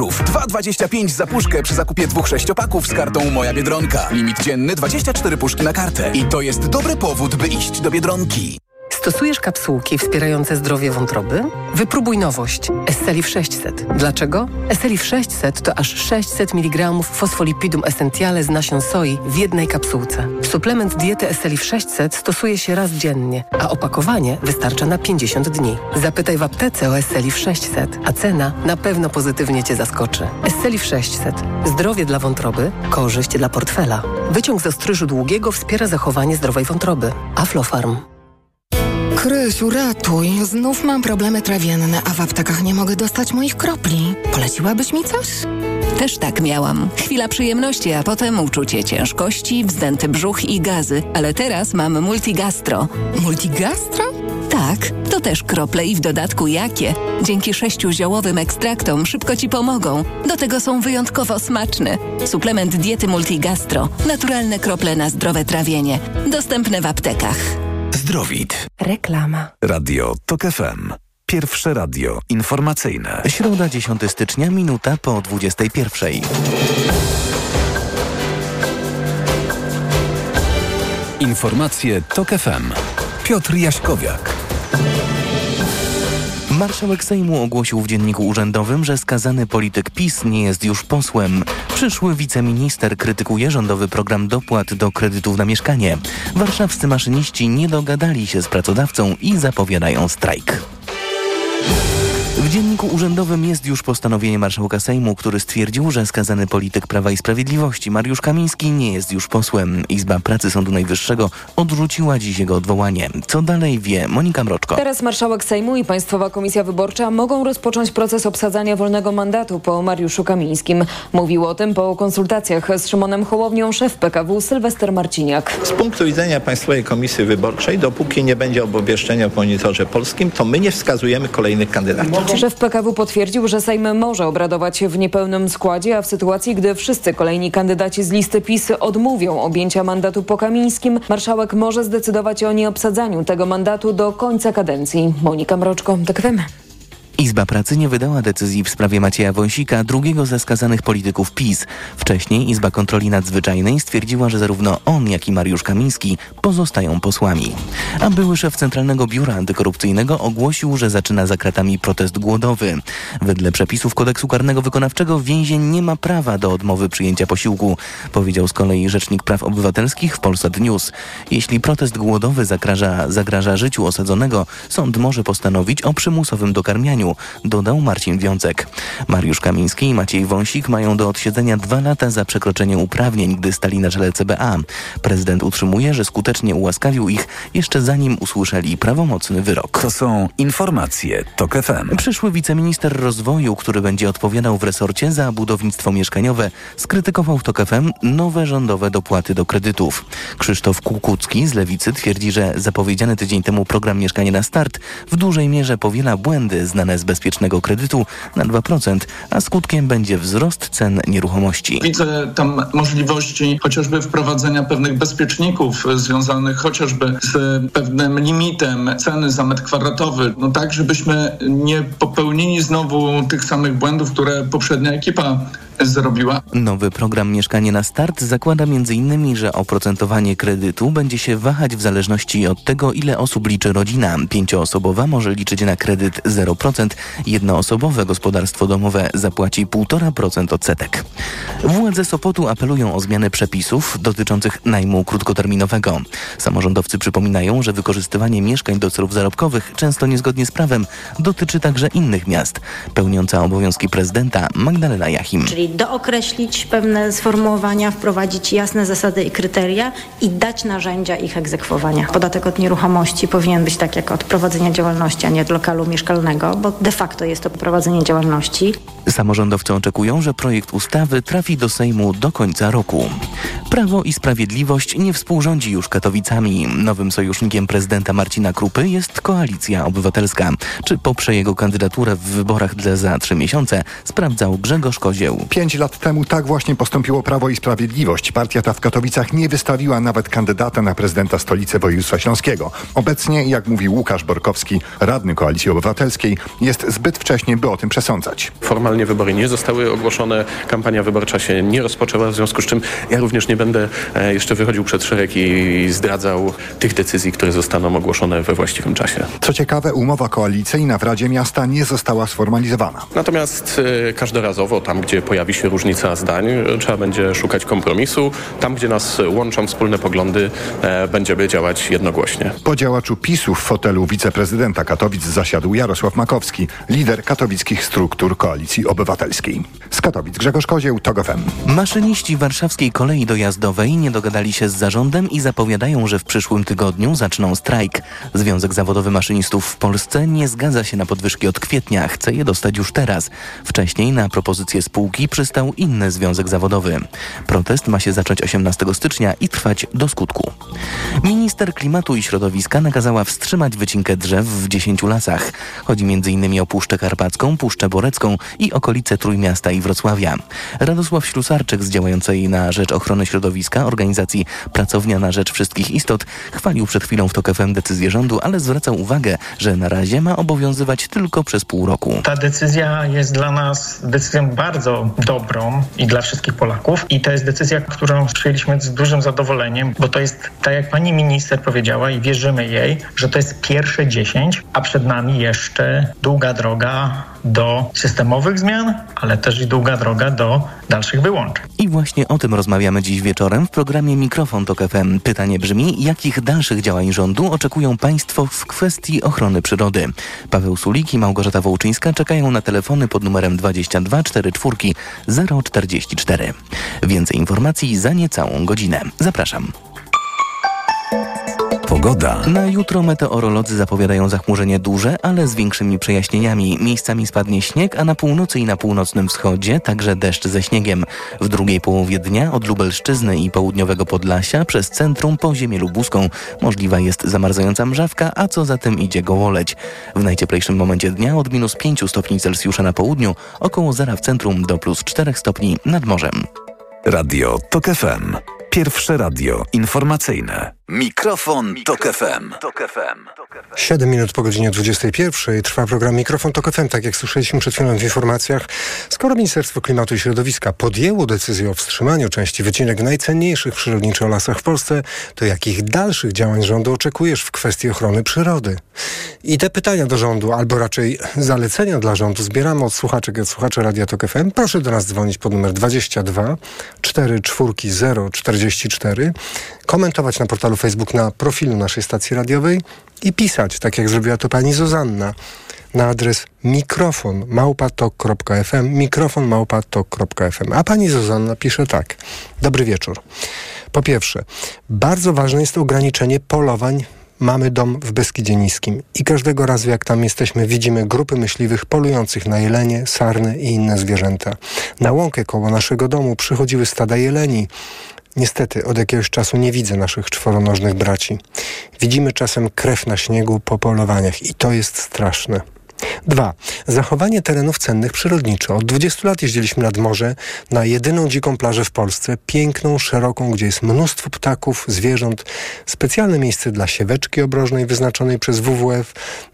2,25 za puszkę przy zakupie 2 sześciopaków z kartą Moja Biedronka. Limit dzienny 24 puszki na kartę. I to jest dobry powód, by iść do Biedronki. Stosujesz kapsułki wspierające zdrowie wątroby? Wypróbuj nowość. Esselif 600. Dlaczego? Esselif 600 to aż 600 mg fosfolipidum essentiale z nasion soi w jednej kapsułce. Suplement diety Esselif 600 stosuje się raz dziennie, a opakowanie wystarcza na 50 dni. Zapytaj w aptece o Esselif 600, a cena na pewno pozytywnie Cię zaskoczy. Esselif 600. Zdrowie dla wątroby, korzyść dla portfela. Wyciąg z ostryżu długiego wspiera zachowanie zdrowej wątroby. Aflofarm. Krysiu, ratuj. Znów mam problemy trawienne, a w aptekach nie mogę dostać moich kropli. Poleciłabyś mi coś? Też tak miałam. Chwila przyjemności, a potem uczucie ciężkości, wzdęty brzuch i gazy. Ale teraz mam Multigastro. Multigastro? Tak, to też krople i w dodatku jakie. Dzięki 6 ziołowym ekstraktom szybko Ci pomogą. Do tego są wyjątkowo smaczne. Suplement diety Multigastro. Naturalne krople na zdrowe trawienie. Dostępne w aptekach. Zdrowit. Reklama. Radio TOK FM. Pierwsze radio informacyjne. Środa 10 stycznia, minuta po 21. Informacje TOK FM. Piotr Jaśkowiak. Marszałek Sejmu ogłosił w Dzienniku Urzędowym, że skazany polityk PiS nie jest już posłem. Przyszły wiceminister krytykuje rządowy program dopłat do kredytów na mieszkanie. Warszawscy maszyniści nie dogadali się z pracodawcą i zapowiadają strajk. W Dzienniku Urzędowym jest już postanowienie marszałka Sejmu, który stwierdził, że skazany polityk Prawa i Sprawiedliwości Mariusz Kamiński nie jest już posłem. Izba Pracy Sądu Najwyższego odrzuciła dziś jego odwołanie. Co dalej wie Monika Mroczko. Teraz marszałek Sejmu i Państwowa Komisja Wyborcza mogą rozpocząć proces obsadzania wolnego mandatu po Mariuszu Kamińskim. Mówił o tym po konsultacjach z Szymonem Hołownią szef PKW Sylwester Marciniak. Z punktu widzenia Państwowej Komisji Wyborczej, dopóki nie będzie obwieszczenia w Monitorze Polskim, to my nie wskazujemy kolejnych kandydatów. Szef PKW potwierdził, że Sejm może obradować w niepełnym składzie, a w sytuacji, gdy wszyscy kolejni kandydaci z listy PiS odmówią objęcia mandatu po Kamińskim, marszałek może zdecydować o nieobsadzaniu tego mandatu do końca kadencji. Monika Mroczko, TOK FM. Izba Pracy nie wydała decyzji w sprawie Macieja Wąsika, drugiego ze skazanych polityków PiS. Wcześniej Izba Kontroli Nadzwyczajnej stwierdziła, że zarówno on, jak i Mariusz Kamiński pozostają posłami. A były szef Centralnego Biura Antykorupcyjnego ogłosił, że zaczyna za kratami protest głodowy. Wedle przepisów Kodeksu Karnego Wykonawczego więzień nie ma prawa do odmowy przyjęcia posiłku, powiedział z kolei Rzecznik Praw Obywatelskich w Polsat News. Jeśli protest głodowy zagraża życiu osadzonego, sąd może postanowić o przymusowym dokarmianiu, dodał Marcin Wiącek. Mariusz Kamiński i Maciej Wąsik mają do odsiedzenia 2 lata za przekroczenie uprawnień, gdy stali na czele CBA. Prezydent utrzymuje, że skutecznie ułaskawił ich jeszcze zanim usłyszeli prawomocny wyrok. To są informacje TOK FM. Przyszły wiceminister rozwoju, który będzie odpowiadał w resorcie za budownictwo mieszkaniowe, skrytykował w TOK FM nowe rządowe dopłaty do kredytów. Krzysztof Kukucki z Lewicy twierdzi, że zapowiedziany tydzień temu program Mieszkanie na Start w dużej mierze powiela błędy znane z bezpiecznego kredytu na 2%, a skutkiem będzie wzrost cen nieruchomości. Widzę tam możliwości chociażby wprowadzenia pewnych bezpieczników związanych chociażby z pewnym limitem ceny za metr kwadratowy, tak żebyśmy nie popełnili znowu tych samych błędów, które poprzednia ekipa zrobiła. Nowy program Mieszkanie na Start zakłada m.in., że oprocentowanie kredytu będzie się wahać w zależności od tego, ile osób liczy rodzina. 5-osobowa może liczyć na kredyt 0%, jednoosobowe gospodarstwo domowe zapłaci 1,5% odsetek. Władze Sopotu apelują o zmianę przepisów dotyczących najmu krótkoterminowego. Samorządowcy przypominają, że wykorzystywanie mieszkań do celów zarobkowych, często niezgodnie z prawem, dotyczy także innych miast. Pełniąca obowiązki prezydenta Magdalena Jachim. Czyli dookreślić pewne sformułowania, wprowadzić jasne zasady i kryteria i dać narzędzia ich egzekwowania. Podatek od nieruchomości powinien być tak jak od prowadzenia działalności, a nie od lokalu mieszkalnego, bo de facto jest to prowadzenie działalności. Samorządowcy oczekują, że projekt ustawy trafi do Sejmu do końca roku. Prawo i Sprawiedliwość nie współrządzi już Katowicami. Nowym sojusznikiem prezydenta Marcina Krupy jest Koalicja Obywatelska. Czy poprze jego kandydaturę w wyborach za 3 miesiące, sprawdzał Grzegorz Kozieł. 5 lat temu tak właśnie postąpiło Prawo i Sprawiedliwość. Partia ta w Katowicach nie wystawiła nawet kandydata na prezydenta stolicy województwa śląskiego. Obecnie, jak mówi Łukasz Borkowski, radny Koalicji Obywatelskiej, jest zbyt wcześnie, by o tym przesądzać. Formalnie wybory nie zostały ogłoszone, kampania wyborcza się nie rozpoczęła, w związku z czym ja również nie będę jeszcze wychodził przed szereg i zdradzał tych decyzji, które zostaną ogłoszone we właściwym czasie. Co ciekawe, umowa koalicyjna w Radzie Miasta nie została sformalizowana. Natomiast każdorazowo, tam gdzie pojawi się różnica zdań, trzeba będzie szukać kompromisu. Tam, gdzie nas łączą wspólne poglądy, będziemy działać jednogłośnie. Po działaczu PiS-u w fotelu wiceprezydenta Katowic zasiadł Jarosław Makowski, lider katowickich struktur Koalicji Obywatelskiej. Z Katowic Grzegorz Kozieł, TOK FM. Maszyniści warszawskiej kolei dojazdowej nie dogadali się z zarządem i zapowiadają, że w przyszłym tygodniu zaczną strajk. Związek Zawodowy Maszynistów w Polsce nie zgadza się na podwyżki od kwietnia, chce je dostać już teraz. Wcześniej na propozycję spółki przystał inny związek zawodowy. Protest ma się zacząć 18 stycznia i trwać do skutku. Minister Klimatu i Środowiska nakazała wstrzymać wycinkę drzew w 10 lasach. Chodzi m.in. o Puszczę Karpacką, Puszczę Borecką i okolice Trójmiasta i Wrocławia. Radosław Ślusarczyk z działającej na rzecz ochrony środowiska organizacji Pracownia na rzecz Wszystkich Istot chwalił przed chwilą w TOK FM decyzję rządu, ale zwracał uwagę, że na razie ma obowiązywać tylko przez pół roku. Ta decyzja jest dla nas decyzją bardzo dobrą i dla wszystkich Polaków. I to jest decyzja, którą przyjęliśmy z dużym zadowoleniem, bo to jest, tak jak pani minister powiedziała i wierzymy jej, że to jest pierwsze 10, a przed nami jeszcze długa droga do systemowych zmian, ale też i długa droga do dalszych wyłączeń. I właśnie o tym rozmawiamy dziś wieczorem w programie Mikrofon Tok FM. Pytanie brzmi, jakich dalszych działań rządu oczekują państwo w kwestii ochrony przyrody? Paweł Sulik i Małgorzata Wołczyńska czekają na telefony pod numerem 22 44 044. Więcej informacji za niecałą godzinę. Zapraszam. Pogoda. Na jutro meteorolodzy zapowiadają zachmurzenie duże, ale z większymi przejaśnieniami. Miejscami spadnie śnieg, a na północy i na północnym wschodzie także deszcz ze śniegiem. W drugiej połowie dnia od Lubelszczyzny i południowego Podlasia przez centrum po ziemię lubuską możliwa jest zamarzająca mrzawka, a co za tym idzie gołoleć. W najcieplejszym momencie dnia od -5 stopni Celsjusza na południu, około zera w centrum do +4 stopni nad morzem. Radio Tok FM. Pierwsze radio informacyjne. Mikrofon Tok FM. 7 minut po godzinie 21 trwa program Mikrofon Tok FM. Tak jak słyszeliśmy przed chwilą w informacjach, skoro Ministerstwo Klimatu i Środowiska podjęło decyzję o wstrzymaniu części wycinek najcenniejszych przyrodniczo lasach w Polsce, to jakich dalszych działań rządu oczekujesz w kwestii ochrony przyrody? I te pytania do rządu, albo raczej zalecenia dla rządu zbieramy od słuchaczek i od słuchaczy Radia Tok FM. Proszę do nas dzwonić pod numer 22 44 044, komentować na portalu Facebook na profilu naszej stacji radiowej i pisać, tak jak zrobiła to pani Zuzanna, na adres mikrofon@tok.fm. A pani Zuzanna pisze tak. Dobry wieczór. Po pierwsze, bardzo ważne jest ograniczenie polowań. Mamy dom w Beskidzie Niskim i każdego razu jak tam jesteśmy, widzimy grupy myśliwych polujących na jelenie, sarny i inne zwierzęta. Na łąkę koło naszego domu przychodziły stada jeleni. Niestety od jakiegoś czasu nie widzę naszych czworonożnych braci. Widzimy czasem krew na śniegu po polowaniach i to jest straszne. 2. Zachowanie terenów cennych przyrodniczo. Od 20 lat jeździliśmy nad morze na jedyną dziką plażę w Polsce, piękną, szeroką, gdzie jest mnóstwo ptaków, zwierząt, specjalne miejsce dla sieweczki obrożnej wyznaczonej przez WWF.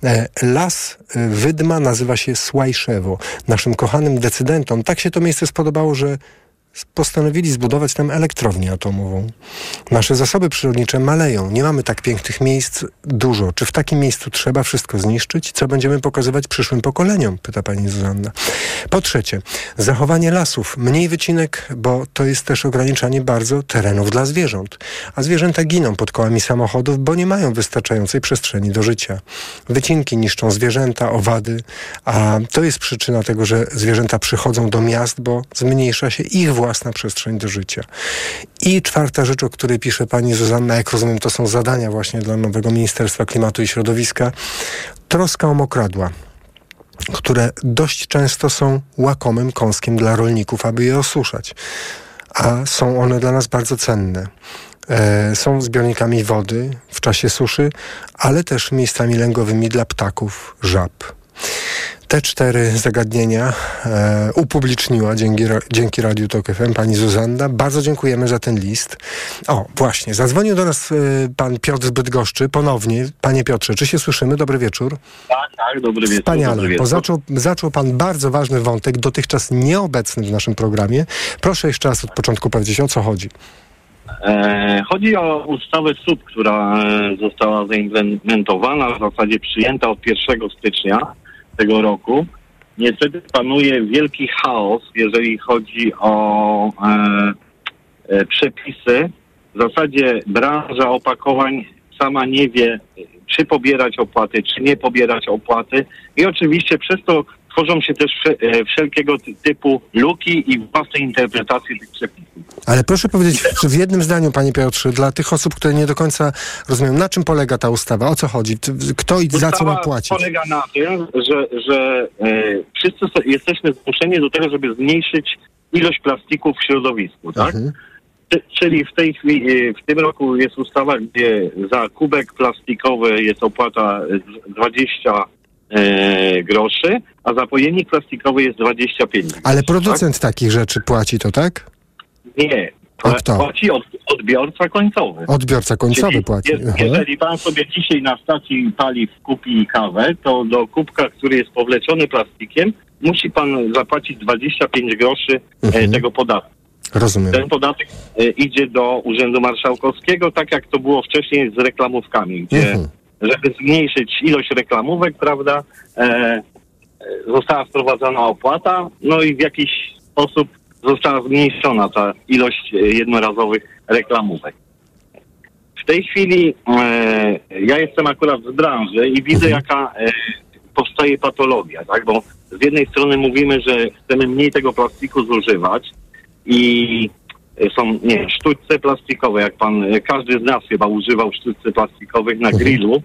Las Wydma nazywa się Słajszewo. Naszym kochanym decydentom tak się to miejsce spodobało, że postanowili zbudować tam elektrownię atomową. Nasze zasoby przyrodnicze maleją. Nie mamy tak pięknych miejsc dużo. Czy w takim miejscu trzeba wszystko zniszczyć? Co będziemy pokazywać przyszłym pokoleniom? Pyta pani Zuzanna. Po trzecie, zachowanie lasów. Mniej wycinek, bo to jest też ograniczanie bardzo terenów dla zwierząt. A zwierzęta giną pod kołami samochodów, bo nie mają wystarczającej przestrzeni do życia. Wycinki niszczą zwierzęta, owady, a to jest przyczyna tego, że zwierzęta przychodzą do miast, bo zmniejsza się ich własna przestrzeń do życia. I czwarta rzecz, o której pisze pani Zuzanna, jak rozumiem, to są zadania właśnie dla nowego Ministerstwa Klimatu i Środowiska. Troska o mokradła, które dość często są łakomym kąskiem dla rolników, aby je osuszać. A są one dla nas bardzo cenne. Są zbiornikami wody w czasie suszy, ale też miejscami lęgowymi dla ptaków, żab. Te 4 zagadnienia upubliczniła dzięki Radiu Tok FM pani Zuzanna. Bardzo dziękujemy za ten list. O, właśnie, zadzwonił do nas pan Piotr z Bydgoszczy ponownie. Panie Piotrze, czy się słyszymy? Dobry wieczór. Tak, dobry wieczór. Wspaniale, dobry wieczór. bo zaczął pan bardzo ważny wątek, dotychczas nieobecny w naszym programie. Proszę jeszcze raz od początku powiedzieć, o co chodzi. Chodzi o ustawę SUP, która została zaimplementowana, w zasadzie przyjęta od 1 stycznia tego roku. Niestety panuje wielki chaos, jeżeli chodzi o przepisy. W zasadzie branża opakowań sama nie wie, czy pobierać opłaty, czy nie pobierać opłaty. I oczywiście przez to tworzą się też wszelkiego typu luki i własne interpretacje tych przepisów. Ale proszę powiedzieć w jednym zdaniu, panie Piotrze, dla tych osób, które nie do końca rozumieją, na czym polega ta ustawa? O co chodzi? Kto i za co ma płacić? Ustawa polega na tym, że wszyscy jesteśmy zmuszeni do tego, żeby zmniejszyć ilość plastiku w środowisku, tak? Czyli w tej chwili, w tym roku jest ustawa, gdzie za kubek plastikowy jest opłata 20 groszy, a za pojemnik plastikowy jest 25 groszy. Ale producent takich rzeczy płaci to, tak? Nie. Płaci odbiorca końcowy. Odbiorca końcowy czyli płaci. Jeżeli pan sobie dzisiaj na stacji paliw kupi kawę, to do kubka, który jest powleczony plastikiem, musi pan zapłacić 25 groszy tego podatku. Rozumiem. Ten podatek idzie do Urzędu Marszałkowskiego, tak jak to było wcześniej z reklamówkami, gdzie żeby zmniejszyć ilość reklamówek, prawda, została wprowadzona opłata, no i w jakiś sposób została zmniejszona ta ilość jednorazowych reklamówek. W tej chwili ja jestem akurat z branży i widzę, jaka powstaje patologia, tak? Bo z jednej strony mówimy, że chcemy mniej tego plastiku zużywać i są, sztućce plastikowe, jak każdy z nas chyba używał sztućce plastikowych na grillu.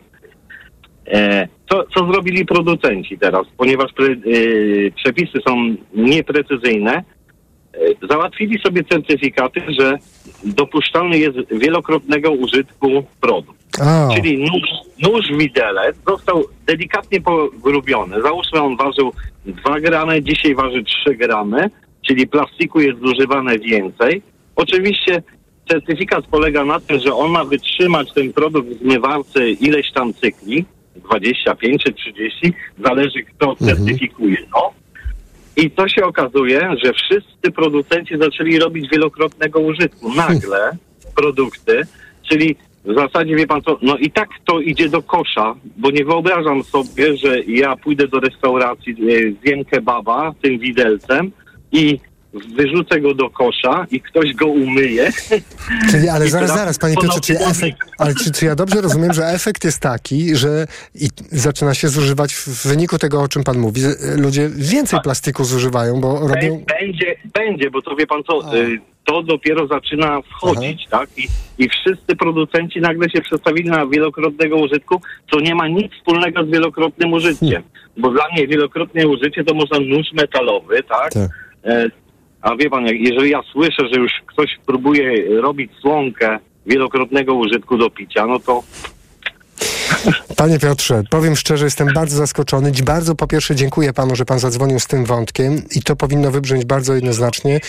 Co zrobili producenci teraz? Ponieważ przepisy są nieprecyzyjne, załatwili sobie certyfikaty, że dopuszczalny jest wielokrotnego użytku produkt. Czyli nóż widelec został delikatnie pogrubiony. Załóżmy, on ważył 2 gramy, dzisiaj waży 3 gramy, czyli plastiku jest zużywane więcej. Oczywiście certyfikat polega na tym, że on ma wytrzymać ten produkt w zmywarce ileś tam cykli, 25 czy 30, zależy kto certyfikuje to. I to się okazuje, że wszyscy producenci zaczęli robić wielokrotnego użytku. Nagle produkty, czyli w zasadzie, wie pan co, no i tak to idzie do kosza, bo nie wyobrażam sobie, że ja pójdę do restauracji, zjem kebaba tym widelcem i wyrzucę go do kosza i ktoś go umyje. Czyli, ale zaraz, panie Piotrze, czy ja dobrze rozumiem, że efekt jest taki, że zaczyna się zużywać w wyniku tego, o czym pan mówi, ludzie więcej plastiku zużywają, bo robią... Będzie, bo to wie pan co, to dopiero zaczyna wchodzić, tak? I wszyscy producenci nagle się przestawili na wielokrotnego użytku, co nie ma nic wspólnego z wielokrotnym użyciem. Bo dla mnie wielokrotne użycie to można nóż metalowy, tak? A wie pan, jeżeli ja słyszę, że już ktoś próbuje robić słomkę wielokrotnego użytku do picia, no to... Panie Piotrze, powiem szczerze, jestem bardzo zaskoczony. Bardzo po pierwsze dziękuję panu, że pan zadzwonił z tym wątkiem i to powinno wybrzmieć bardzo jednoznacznie.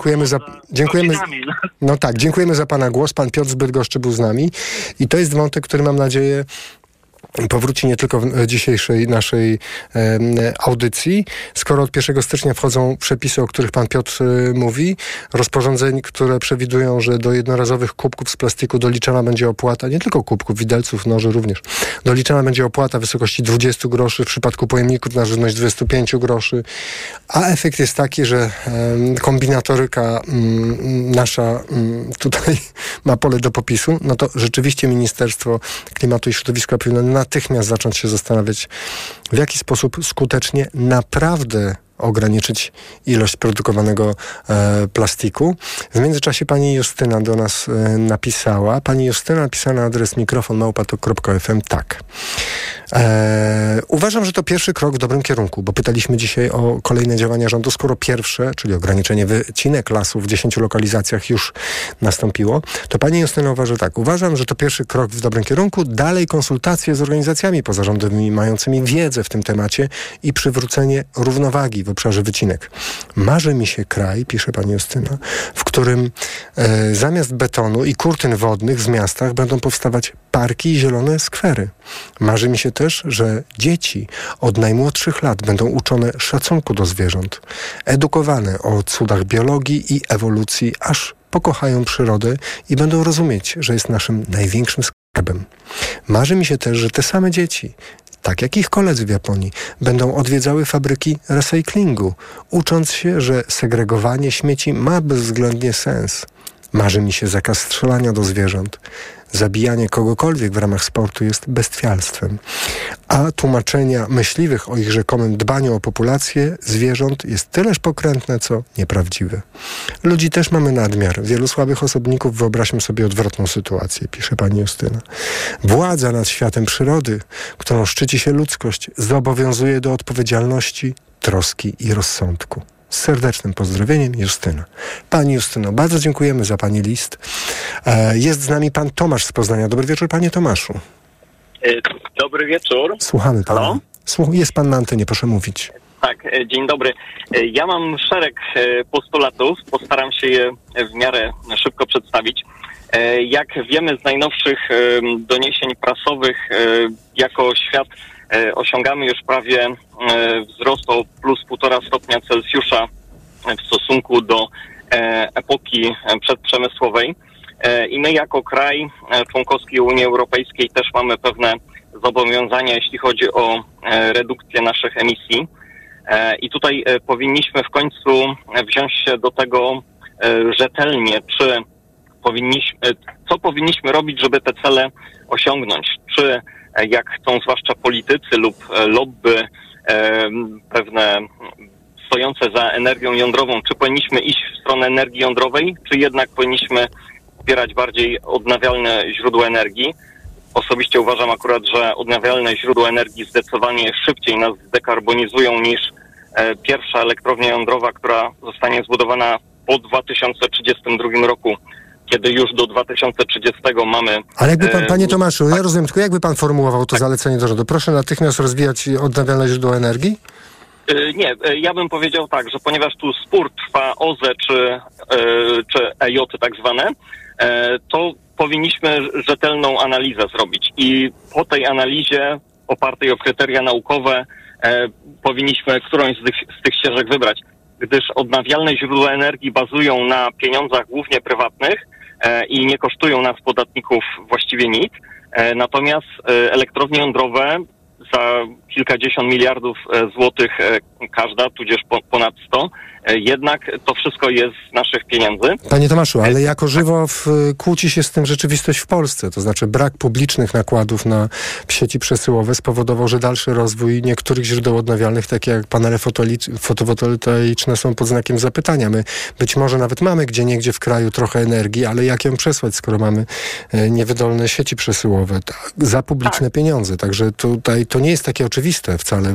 Dziękujemy za pana głos. Pan Piotr z Bydgoszczy był z nami i to jest wątek, który mam nadzieję powróci nie tylko w dzisiejszej naszej audycji. Skoro od 1 stycznia wchodzą przepisy, o których pan Piotr mówi, rozporządzeń, które przewidują, że do jednorazowych kubków z plastiku doliczana będzie opłata, nie tylko kubków, widelców, noży również, doliczana będzie opłata w wysokości 20 groszy, w przypadku pojemników na żywność 25 groszy, a efekt jest taki, że kombinatoryka nasza tutaj ma pole do popisu, no to rzeczywiście Ministerstwo Klimatu i Środowiska powinno natychmiast zacząć się zastanawiać, w jaki sposób skutecznie naprawdę ograniczyć ilość produkowanego plastiku. W międzyczasie pani Justyna do nas napisała. Pani Justyna napisała na adres mikrofon@tok.fm tak. Uważam, że to pierwszy krok w dobrym kierunku, bo pytaliśmy dzisiaj o kolejne działania rządu. Skoro pierwsze, czyli ograniczenie wycinek lasów w 10 lokalizacjach już nastąpiło, to pani Justyna uważa tak. Uważam, że to pierwszy krok w dobrym kierunku. Dalej konsultacje z organizacjami pozarządowymi mającymi wiedzę w tym temacie i przywrócenie równowagi w obszarze wycinek. Marzy mi się kraj, pisze pani Justyna, w którym zamiast betonu i kurtyn wodnych w miastach będą powstawać parki i zielone skwery. Marzy mi się też, że dzieci od najmłodszych lat będą uczone szacunku do zwierząt, edukowane o cudach biologii i ewolucji, aż pokochają przyrodę i będą rozumieć, że jest naszym największym skarbem. Marzy mi się też, że te same dzieci, tak jak ich koledzy w Japonii, będą odwiedzały fabryki recyklingu, ucząc się, że segregowanie śmieci ma bezwzględnie sens. Marzy mi się zakaz strzelania do zwierząt. Zabijanie kogokolwiek w ramach sportu jest bestialstwem. A tłumaczenia myśliwych o ich rzekomym dbaniu o populację zwierząt jest tyleż pokrętne, co nieprawdziwe. Ludzi też mamy nadmiar. Wielu słabych osobników, wyobraźmy sobie odwrotną sytuację, pisze pani Justyna. Władza nad światem przyrody, którą szczyci się ludzkość, zobowiązuje do odpowiedzialności, troski i rozsądku. Z serdecznym pozdrowieniem, Justyna. Pani Justyno, bardzo dziękujemy za pani list. Jest z nami pan Tomasz z Poznania. Dobry wieczór, panie Tomaszu. Dobry wieczór. Słuchamy pana. Jest pan na antenie, proszę mówić. Tak, dzień dobry. Ja mam szereg postulatów, postaram się je w miarę szybko przedstawić. Jak wiemy z najnowszych doniesień prasowych, jako świat osiągamy już prawie wzrost o plus 1,5 stopnia Celsjusza w stosunku do epoki przedprzemysłowej. I my jako kraj członkowski Unii Europejskiej też mamy pewne zobowiązania, jeśli chodzi o redukcję naszych emisji. I tutaj powinniśmy w końcu wziąć się do tego rzetelnie, co powinniśmy robić, żeby te cele osiągnąć. Czy jak chcą zwłaszcza politycy lub lobby pewne stojące za energią jądrową, czy powinniśmy iść w stronę energii jądrowej, czy jednak powinniśmy wspierać bardziej odnawialne źródła energii. Osobiście uważam akurat, że odnawialne źródła energii zdecydowanie szybciej nas zdekarbonizują niż pierwsza elektrownia jądrowa, która zostanie zbudowana po 2032 roku, kiedy już do 2030 mamy... Ale jakby pan, panie Tomaszu, ja rozumiem, tylko jakby pan formułował to zalecenie do rządu? Proszę natychmiast rozwijać odnawialne źródła energii? Nie, ja bym powiedział tak, że ponieważ tu spór trwa OZE czy EJ tak zwane, to powinniśmy rzetelną analizę zrobić i po tej analizie opartej o kryteria naukowe powinniśmy którąś z tych ścieżek wybrać, gdyż odnawialne źródła energii bazują na pieniądzach głównie prywatnych i nie kosztują nas podatników właściwie nic, natomiast elektrownie jądrowe za kilkadziesiąt miliardów złotych każda, tudzież ponad 100. Jednak to wszystko jest z naszych pieniędzy. Panie Tomaszu, ale jako żywo kłóci się z tym rzeczywistość w Polsce. To znaczy brak publicznych nakładów na sieci przesyłowe spowodował, że dalszy rozwój niektórych źródeł odnawialnych, takie jak panele fotowoltaiczne, są pod znakiem zapytania. My być może nawet mamy gdzieniegdzie w kraju trochę energii, ale jak ją przesłać, skoro mamy niewydolne sieci przesyłowe za publiczne pieniądze. Także tutaj to nie jest takie oczywiste wcale.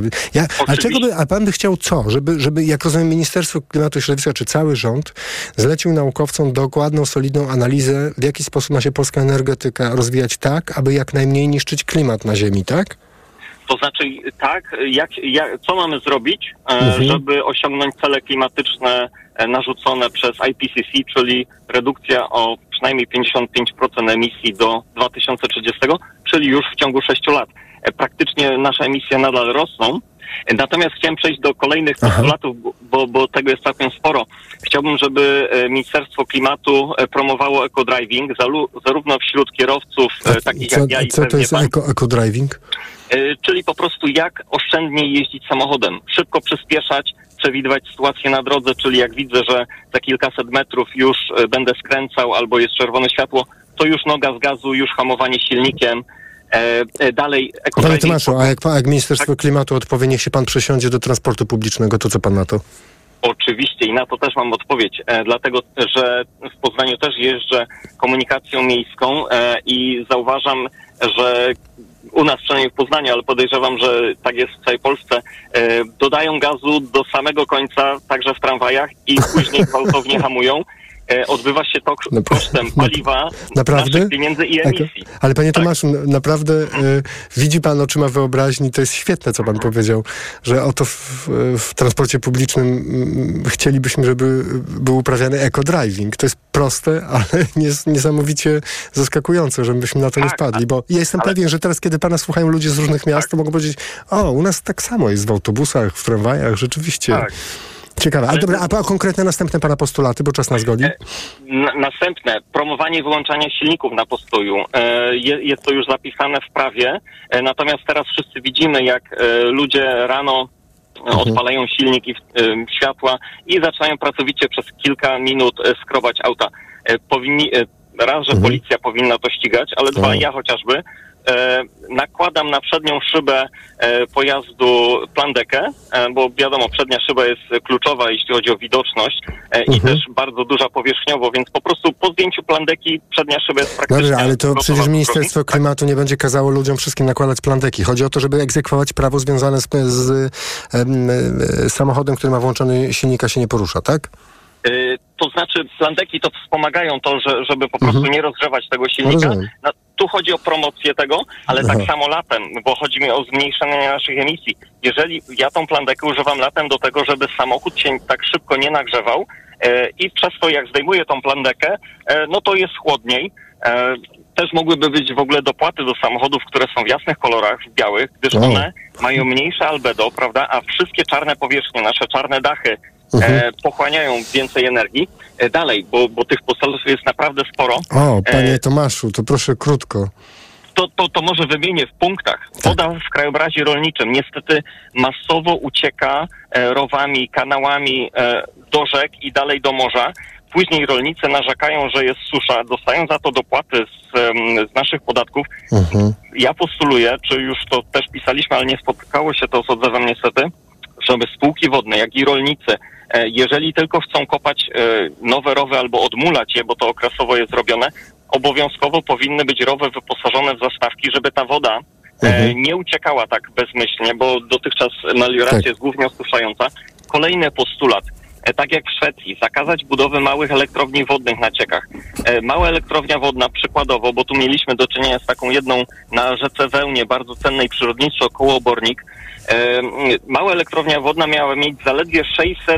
A pan by chciał co? Żeby jak rozumiem, Ministerstwo Klimatu i Środowiska, czy cały rząd zlecił naukowcom dokładną, solidną analizę, w jaki sposób ma się polska energetyka rozwijać tak, aby jak najmniej niszczyć klimat na Ziemi, tak? To znaczy tak, co mamy zrobić, żeby osiągnąć cele klimatyczne narzucone przez IPCC, czyli redukcja o przynajmniej 55% emisji do 2030, czyli już w ciągu 6 lat. Praktycznie nasze emisje nadal rosną. Natomiast chciałem przejść do kolejnych postulatów, bo tego jest całkiem sporo. Chciałbym, żeby Ministerstwo Klimatu promowało eco-driving, zarówno wśród kierowców takich jak ja i co to jest eco-driving? Czyli po prostu jak oszczędniej jeździć samochodem, szybko przyspieszać, przewidywać sytuację na drodze, czyli jak widzę, że za kilkaset metrów już będę skręcał albo jest czerwone światło, to już noga z gazu, już hamowanie silnikiem. Dalej Panie Tomaszu, a jak Ministerstwo Klimatu odpowie, niech się pan przesiądzie do transportu publicznego, to co pan na to? Oczywiście i na to też mam odpowiedź, dlatego że w Poznaniu też jeżdżę komunikacją miejską i zauważam, że u nas przynajmniej w Poznaniu, ale podejrzewam, że tak jest w całej Polsce, dodają gazu do samego końca, także w tramwajach i później gwałtownie hamują. Odbywa się to kosztem paliwa, naszych pieniędzy i emisji. Ale panie Tomaszu, naprawdę widzi pan oczyma wyobraźni, to jest świetne, co pan powiedział, że oto w transporcie publicznym chcielibyśmy, żeby był uprawiany eco-driving. To jest proste, ale niesamowicie zaskakujące, żebyśmy na to nie wpadli, bo ja jestem pewien, że teraz, kiedy pana słuchają ludzie z różnych miast, to mogą powiedzieć, u nas tak samo jest w autobusach, w tramwajach, rzeczywiście. Tak. Ciekawe. Ale dobra, a konkretne następne pana postulaty, bo czas nas goni? Następne. Promowanie wyłączania silników na postoju. Jest to już zapisane w prawie. Natomiast teraz wszyscy widzimy, jak ludzie rano odpalają silnik i światła i zaczynają pracowicie przez kilka minut skrobać auta. Raz, że policja powinna to ścigać, ale dwa, ja chociażby nakładam na przednią szybę pojazdu plandekę, bo wiadomo, przednia szyba jest kluczowa, jeśli chodzi o widoczność i też bardzo duża powierzchniowo, więc po prostu po zdjęciu plandeki przednia szyba jest praktycznie... Dobrze, ale to przecież Ministerstwo Klimatu nie będzie kazało ludziom wszystkim nakładać plandeki. Chodzi o to, żeby egzekwować prawo związane z samochodem, który ma włączony silnik, a się nie porusza, tak? To znaczy plandeki to wspomagają to, żeby po prostu nie rozgrzewać tego silnika. tu chodzi o promocję tego, ale tak samo latem, bo chodzi mi o zmniejszenie naszych emisji. Jeżeli ja tą plandekę używam latem do tego, żeby samochód się tak szybko nie nagrzewał i przez to jak zdejmuję tą plandekę, no to jest chłodniej. Też mogłyby być w ogóle dopłaty do samochodów, które są w jasnych kolorach, w białych, gdyż one mają mniejsze albedo, prawda, a wszystkie czarne powierzchnie, nasze czarne dachy pochłaniają więcej energii. Dalej, bo tych poselstw jest naprawdę sporo. O, panie Tomaszu, to proszę krótko. To może wymienię w punktach. Woda w krajobrazie rolniczym niestety masowo ucieka rowami, kanałami do rzek i dalej do morza. Później rolnicy narzekają, że jest susza, dostają za to dopłaty z naszych podatków. Ja postuluję, czy już to też pisaliśmy, ale nie spotkało się to z odzewem niestety, żeby spółki wodne, jak i rolnicy, jeżeli tylko chcą kopać nowe rowy albo odmulać je, bo to okresowo jest robione, obowiązkowo powinny być rowy wyposażone w zastawki, żeby ta woda nie uciekała tak bezmyślnie, bo dotychczas melioracja jest głównie osuszająca. Kolejny postulat. Tak jak w Szwecji, zakazać budowy małych elektrowni wodnych na ciekach. Mała elektrownia wodna, przykładowo, bo tu mieliśmy do czynienia z taką jedną na rzece Wełnie, bardzo cennej przyrodniczo, koło Obornik. Mała elektrownia wodna miała mieć zaledwie 600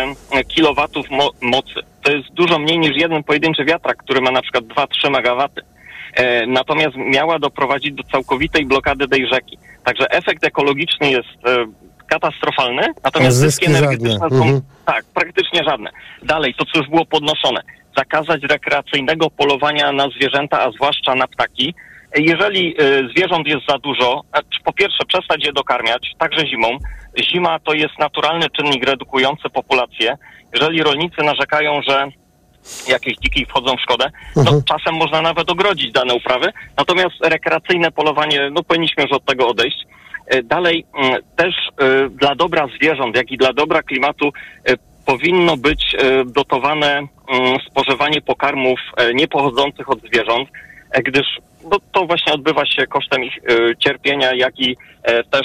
kW mocy. To jest dużo mniej niż jeden pojedynczy wiatrak, który ma na przykład 2-3 MW. Natomiast miała doprowadzić do całkowitej blokady tej rzeki. Także efekt ekologiczny jest katastrofalny, natomiast zyski energetyczne są praktycznie żadne. Dalej, to co już było podnoszone, zakazać rekreacyjnego polowania na zwierzęta, a zwłaszcza na ptaki. Jeżeli zwierząt jest za dużo, po pierwsze przestać je dokarmiać, także zimą. Zima to jest naturalny czynnik redukujący populację. Jeżeli rolnicy narzekają, że jakieś dziki wchodzą w szkodę, to czasem można nawet ogrodzić dane uprawy. Natomiast rekreacyjne polowanie, no powinniśmy już od tego odejść. Dalej też dla dobra zwierząt, jak i dla dobra klimatu powinno być dotowane spożywanie pokarmów niepochodzących od zwierząt, gdyż to właśnie odbywa się kosztem ich cierpienia, jak i też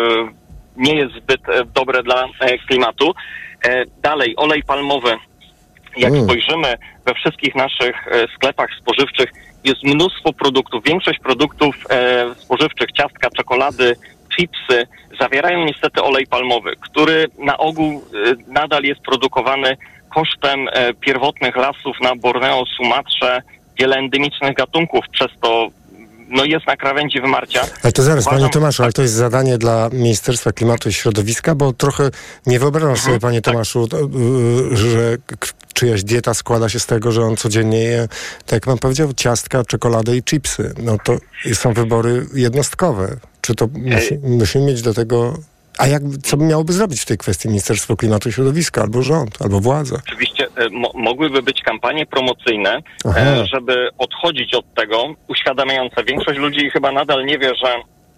nie jest zbyt dobre dla klimatu. Dalej, olej palmowy. Jak spojrzymy we wszystkich naszych sklepach spożywczych, jest mnóstwo produktów. Większość produktów spożywczych, ciastka, czekolady, chipsy, zawierają niestety olej palmowy, który na ogół nadal jest produkowany kosztem pierwotnych lasów na Borneo, Sumatrze, wiele endemicznych gatunków, przez to jest na krawędzi wymarcia. Ale to zaraz, panie Tomaszu, ale to jest zadanie dla Ministerstwa Klimatu i Środowiska, bo trochę nie wyobrażam sobie, panie Tomaszu, że czyjaś dieta składa się z tego, że on codziennie je, tak jak pan powiedział, ciastka, czekoladę i chipsy. No to są wybory jednostkowe. Czy to musimy mieć do tego... A co by miałoby zrobić w tej kwestii Ministerstwo Klimatu i Środowiska, albo rząd, albo władze? Oczywiście mogłyby być kampanie promocyjne, żeby odchodzić od tego, uświadamiające. Większość ludzi chyba nadal nie wie, że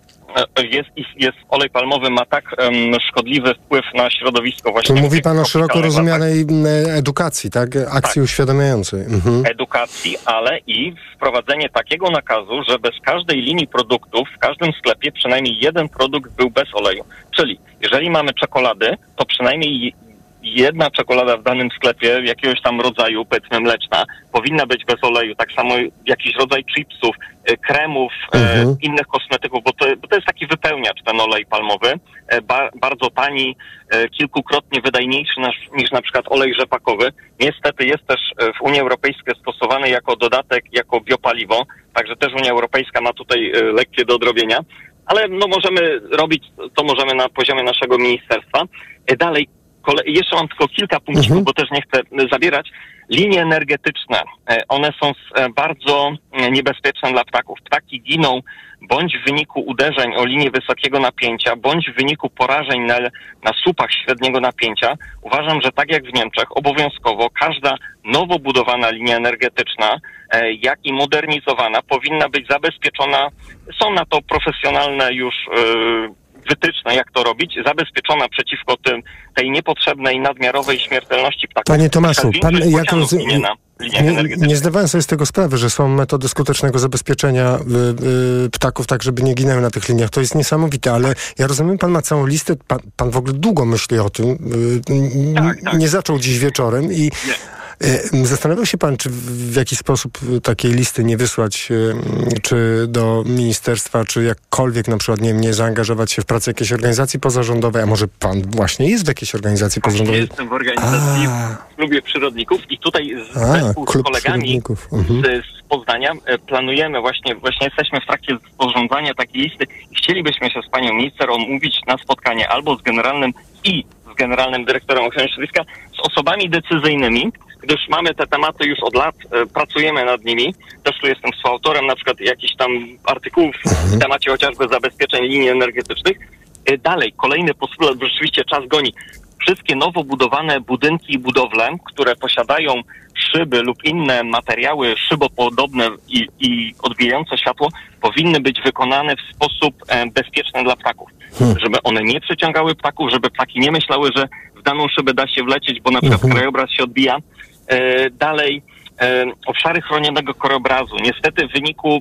jest olej palmowy, ma tak szkodliwy wpływ na środowisko. Właśnie tu mówi pan o szeroko rozumianej edukacji, tak? Akcji uświadamiającej. Edukacji, ale i wprowadzenie takiego nakazu, że bez każdej linii produktów w każdym sklepie przynajmniej jeden produkt był bez oleju. Czyli jeżeli mamy czekolady, to przynajmniej jedna czekolada w danym sklepie jakiegoś tam rodzaju, powiedzmy mleczna, powinna być bez oleju. Tak samo jakiś rodzaj chipsów, kremów, innych kosmetyków, bo to jest taki wypełniacz, ten olej palmowy, bardzo tani, kilkukrotnie wydajniejszy niż na przykład olej rzepakowy. Niestety jest też w Unii Europejskiej stosowany jako dodatek, jako biopaliwo, także też Unia Europejska ma tutaj lekcje do odrobienia, ale możemy robić, to możemy na poziomie naszego ministerstwa. Dalej, jeszcze mam tylko kilka punkcików, bo też nie chcę zabierać. Linie energetyczne, one są bardzo niebezpieczne dla ptaków. Ptaki giną bądź w wyniku uderzeń o linię wysokiego napięcia, bądź w wyniku porażeń na słupach średniego napięcia. Uważam, że tak jak w Niemczech, obowiązkowo każda nowo budowana linia energetyczna, jak i modernizowana, powinna być zabezpieczona. Są na to profesjonalne już wytyczne, jak to robić, zabezpieczona przeciwko tej niepotrzebnej, nadmiarowej śmiertelności ptaków. Panie Tomaszu, pan nie zdawałem sobie z tego sprawy, że są metody skutecznego zabezpieczenia ptaków tak, żeby nie ginęły na tych liniach. To jest niesamowite, ale ja rozumiem, pan ma całą listę, pan w ogóle długo myśli o tym. Nie zaczął dziś wieczorem i... Zastanawiał się pan, czy w jaki sposób takiej listy nie wysłać, czy do ministerstwa, czy jakkolwiek na przykład nie zaangażować się w pracę jakiejś organizacji pozarządowej, a może pan właśnie jest w jakiejś organizacji pozarządowej? Jestem w organizacji w Klubie Przyrodników i tutaj z kolegami z Poznania planujemy, właśnie jesteśmy w trakcie sporządzania takiej listy i chcielibyśmy się z panią minister omówić na spotkanie albo z generalnym dyrektorem ochrony środowiska, z osobami decyzyjnymi, gdyż mamy te tematy już od lat, pracujemy nad nimi. Też tu jestem współautorem na przykład jakichś tam artykułów w temacie chociażby zabezpieczeń linii energetycznych. Dalej, kolejny postulat, bo rzeczywiście czas goni. Wszystkie nowo budowane budynki i budowle, które posiadają szyby lub inne materiały szybopodobne i odbijające światło, powinny być wykonane w sposób bezpieczny dla ptaków. Żeby one nie przyciągały ptaków, żeby ptaki nie myślały, że w daną szybę da się wlecieć, bo na przykład krajobraz się odbija. Dalej, obszary chronionego krajobrazu. Niestety w wyniku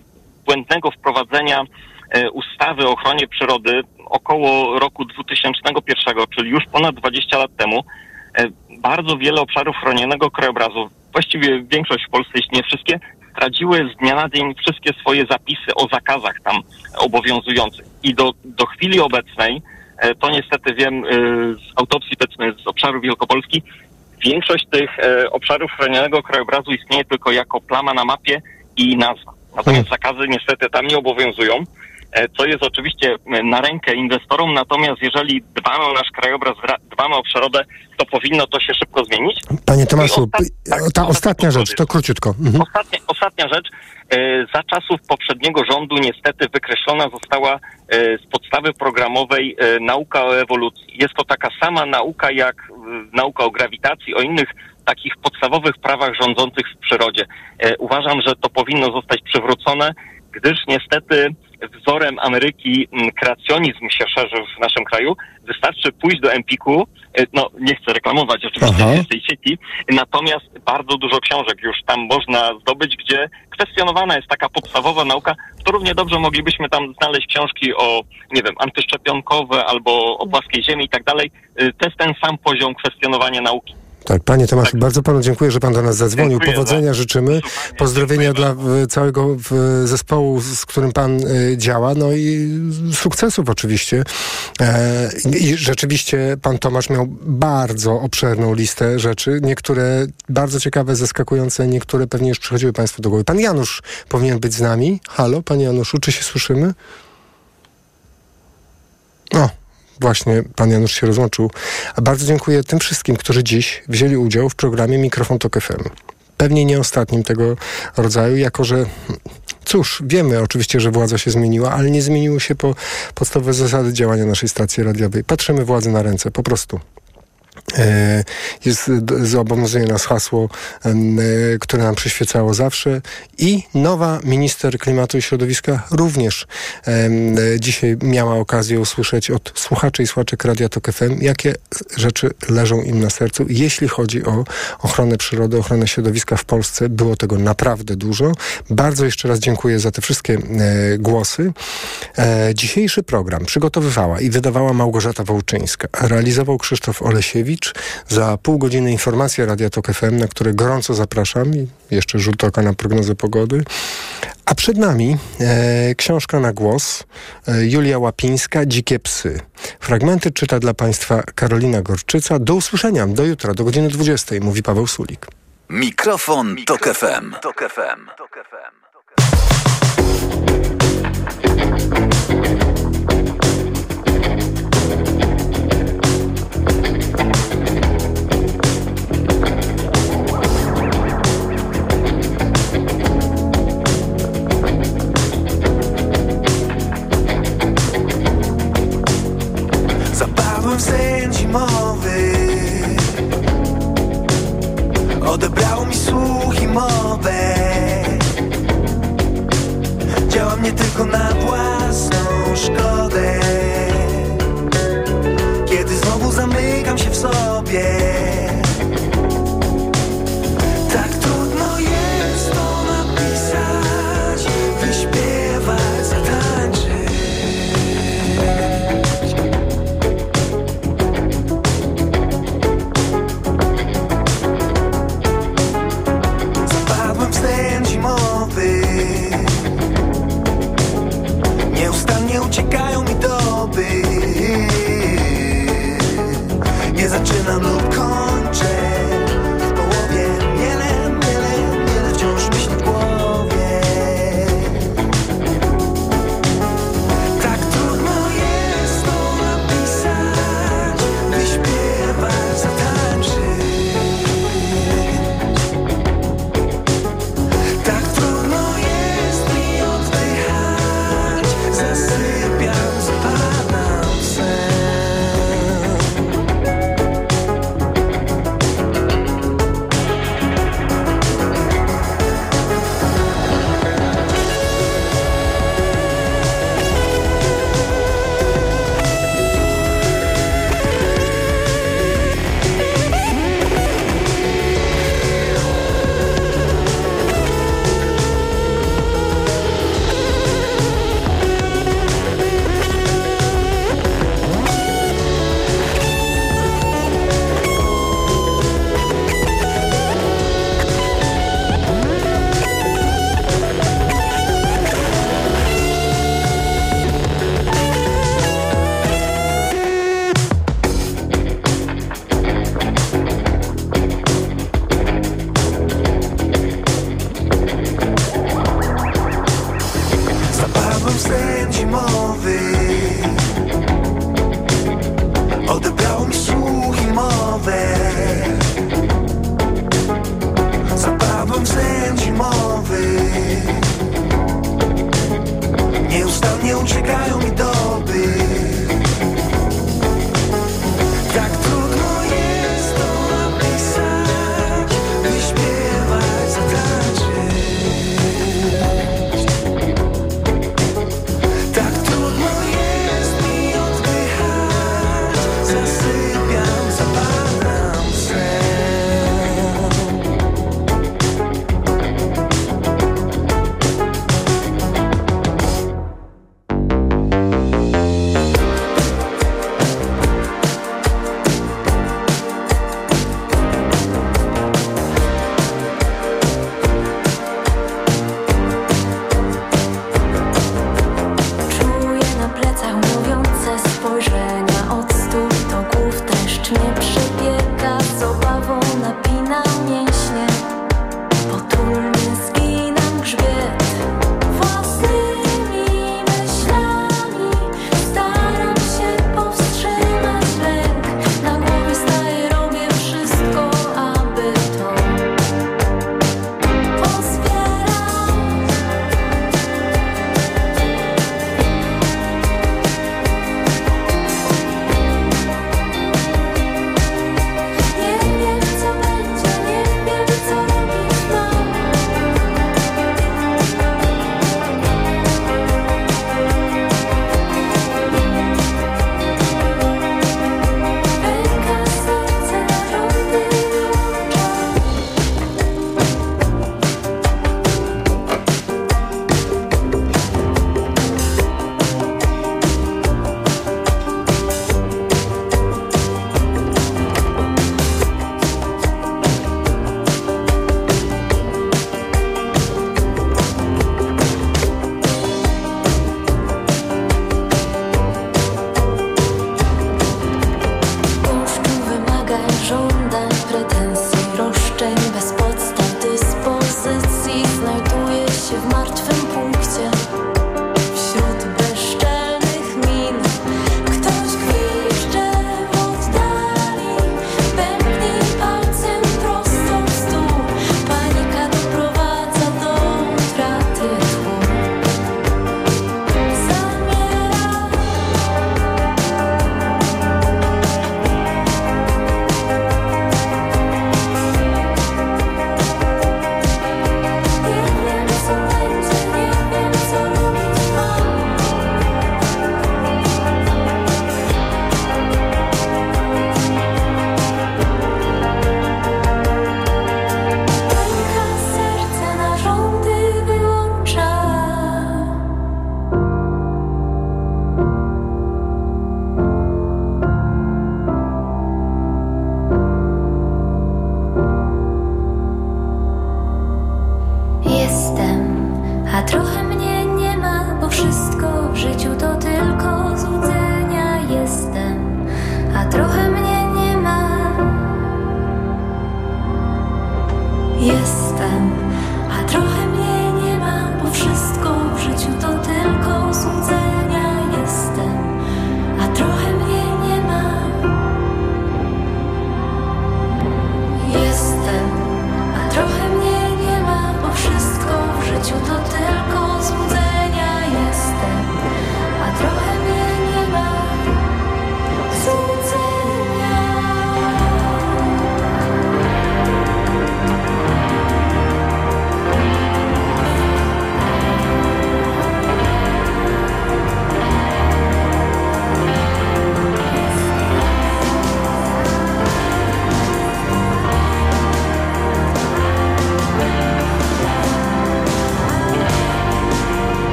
błędnego wprowadzenia ustawy o ochronie przyrody około roku 2001, czyli już ponad 20 lat temu, bardzo wiele obszarów chronionego krajobrazu, właściwie większość w Polsce, jeśli nie wszystkie, straciły z dnia na dzień wszystkie swoje zapisy o zakazach tam obowiązujących. I do chwili obecnej, to niestety wiem z autopsji, powiedzmy z obszaru Wielkopolski, większość tych obszarów chronionego krajobrazu istnieje tylko jako plama na mapie i nazwa. Natomiast zakazy niestety tam nie obowiązują, co jest oczywiście na rękę inwestorom, natomiast jeżeli dbamy o nasz krajobraz, dbamy o przyrodę, to powinno to się szybko zmienić. Panie Tomaszu, ta ostatnia rzecz, to króciutko. Ostatnia rzecz. Za czasów poprzedniego rządu niestety wykreślona została z podstawy programowej nauka o ewolucji. Jest to taka sama nauka jak nauka o grawitacji, o innych takich podstawowych prawach rządzących w przyrodzie. Uważam, że to powinno zostać przywrócone, gdyż niestety wzorem Ameryki kreacjonizm się szerzy w naszym kraju. Wystarczy pójść do Empiku, no nie chcę reklamować oczywiście tej sieci, natomiast bardzo dużo książek już tam można zdobyć, gdzie kwestionowana jest taka podstawowa nauka, to równie dobrze moglibyśmy tam znaleźć książki o, nie wiem, antyszczepionkowe albo o płaskiej ziemi i tak dalej. To jest ten sam poziom kwestionowania nauki. Tak, panie Tomaszu, bardzo panu dziękuję, że pan do nas zadzwonił. Powodzenia życzymy. Pozdrowienia dla całego zespołu, z którym pan działa, no i sukcesów oczywiście. I rzeczywiście pan Tomasz miał bardzo obszerną listę rzeczy, niektóre bardzo ciekawe, zaskakujące, niektóre pewnie już przychodziły państwu do głowy. Pan Janusz powinien być z nami. Halo, panie Januszu, czy się słyszymy? O. Właśnie pan Janusz się rozłączył. A bardzo dziękuję tym wszystkim, którzy dziś wzięli udział w programie Mikrofon Tok FM. Pewnie nie ostatnim tego rodzaju, jako że cóż, wiemy oczywiście, że władza się zmieniła, ale nie zmieniły się podstawowe zasady działania naszej stacji radiowej. Patrzymy władzy na ręce, po prostu. Zobowiązuje nas hasło, które nam przyświecało zawsze i nowa minister klimatu i środowiska również dzisiaj miała okazję usłyszeć od słuchaczy i słuchaczek Radia Tok FM, jakie rzeczy leżą im na sercu. Jeśli chodzi o ochronę przyrody, ochronę środowiska w Polsce, było tego naprawdę dużo. Bardzo jeszcze raz dziękuję za te wszystkie głosy. Dzisiejszy program przygotowywała i wydawała Małgorzata Wołczyńska. Realizował Krzysztof Olesiewicz. Za pół godziny informacja Radia Tok FM, na które gorąco zapraszam i jeszcze rzut oka na prognozę pogody. A przed nami książka na głos Julia Łapińska, Dzikie psy. Fragmenty czyta dla państwa Karolina Gorczyca. Do usłyszenia, do jutra, do godziny 20, mówi Paweł Sulik. Mikrofon Tok FM. Zapadłem w sen zimowy, odebrało mi słuch i mowę. Działam nie tylko na własną szkodę, kiedy znowu zamykam się w sobie. Tak trudno jest to napisać, wyśpiewać, zatańczyć.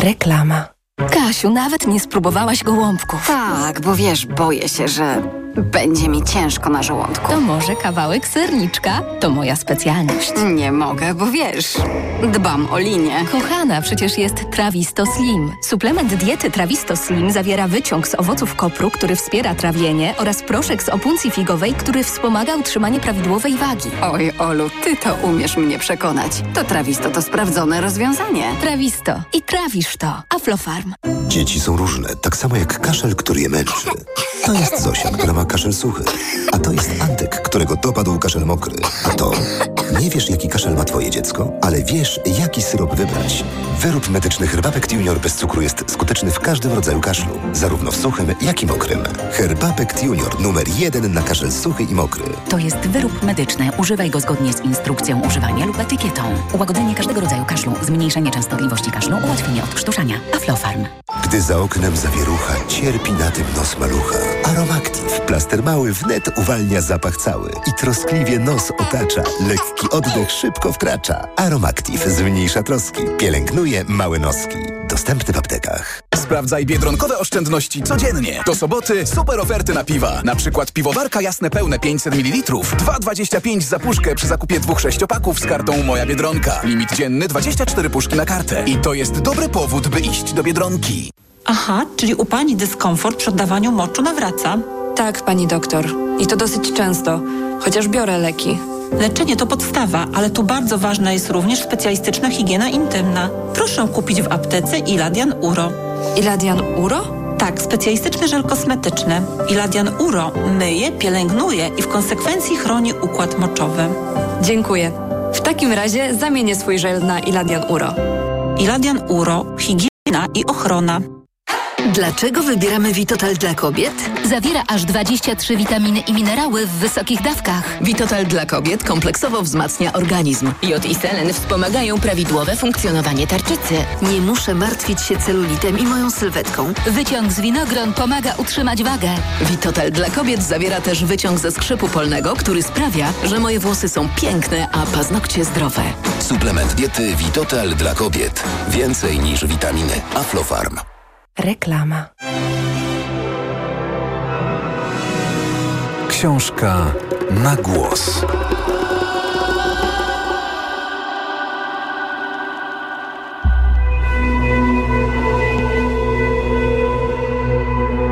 Reklama. Kasiu, nawet nie spróbowałaś gołąbków. Tak, bo wiesz, boję się, że będzie mi ciężko na żołądku. To może kawałek serniczka? To moja specjalność. Nie mogę, bo wiesz, dbam o linię. Kochana, przecież jest Trawisto Slim. Suplement diety Trawisto Slim zawiera wyciąg z owoców kopru, który wspiera trawienie, oraz proszek z opuncji figowej, który wspomaga utrzymanie prawidłowej wagi. Oj, Olu, ty to umiesz mnie przekonać. To Trawisto to sprawdzone rozwiązanie. Trawisto. I trawisz to. Aflofarm. Dzieci są różne, tak samo jak kaszel, który je męczy. To jest Zosia, która ma kaszel suchy. A to jest Antek, którego dopadł kaszel mokry. A to... Nie wiesz, jaki kaszel ma twoje dziecko, ale wiesz, jaki syrop wybrać. Wyrób medyczny Herbapekt Junior bez cukru jest skuteczny w każdym rodzaju kaszlu. Zarówno w suchym, jak i mokrym. Herbapekt Junior numer 1 na kaszel suchy i mokry. To jest wyrób medyczny. Używaj go zgodnie z instrukcją używania lub etykietą. Ułagodzenie każdego rodzaju kaszlu, zmniejszenie częstotliwości kaszlu, ułatwienie odkrztuszania. Aflofarm. Gdy za oknem zawierucha, cierpi na tym nos malucha. Aromactive. Plaster mały wnet uwalnia zapach cały i troskliwie nos otacza. Lekki oddech szybko wkracza. Aromactive zmniejsza troski. Pielęgnuje małe noski. Dostępny w aptekach. Sprawdzaj biedronkowe oszczędności codziennie. Do soboty super oferty na piwa. Na przykład piwowarka jasne pełne 500 ml. 2,25 za puszkę przy zakupie 2 sześciopaków z kartą Moja Biedronka. Limit dzienny 24 puszki na kartę. I to jest dobry powód, by iść do Biedronki. Aha, czyli u pani dyskomfort przy oddawaniu moczu nawraca? Tak, pani doktor. I to dosyć często, chociaż biorę leki. Leczenie to podstawa, ale tu bardzo ważna jest również specjalistyczna higiena intymna. Proszę kupić w aptece Iladian Uro. Iladian Uro? Tak, specjalistyczny żel kosmetyczny. Iladian Uro myje, pielęgnuje i w konsekwencji chroni układ moczowy. Dziękuję. W takim razie zamienię swój żel na Iladian Uro. Iladian Uro. Higiena i ochrona. Dlaczego wybieramy Vitotal dla kobiet? Zawiera aż 23 witaminy i minerały w wysokich dawkach. Vitotal dla kobiet kompleksowo wzmacnia organizm. Jod i selen wspomagają prawidłowe funkcjonowanie tarczycy. Nie muszę martwić się celulitem i moją sylwetką. Wyciąg z winogron pomaga utrzymać wagę. Vitotal dla kobiet zawiera też wyciąg ze skrzypu polnego, który sprawia, że moje włosy są piękne, a paznokcie zdrowe. Suplement diety Vitotal dla kobiet. Więcej niż witaminy. Aflofarm. Reklama. Książka na głos.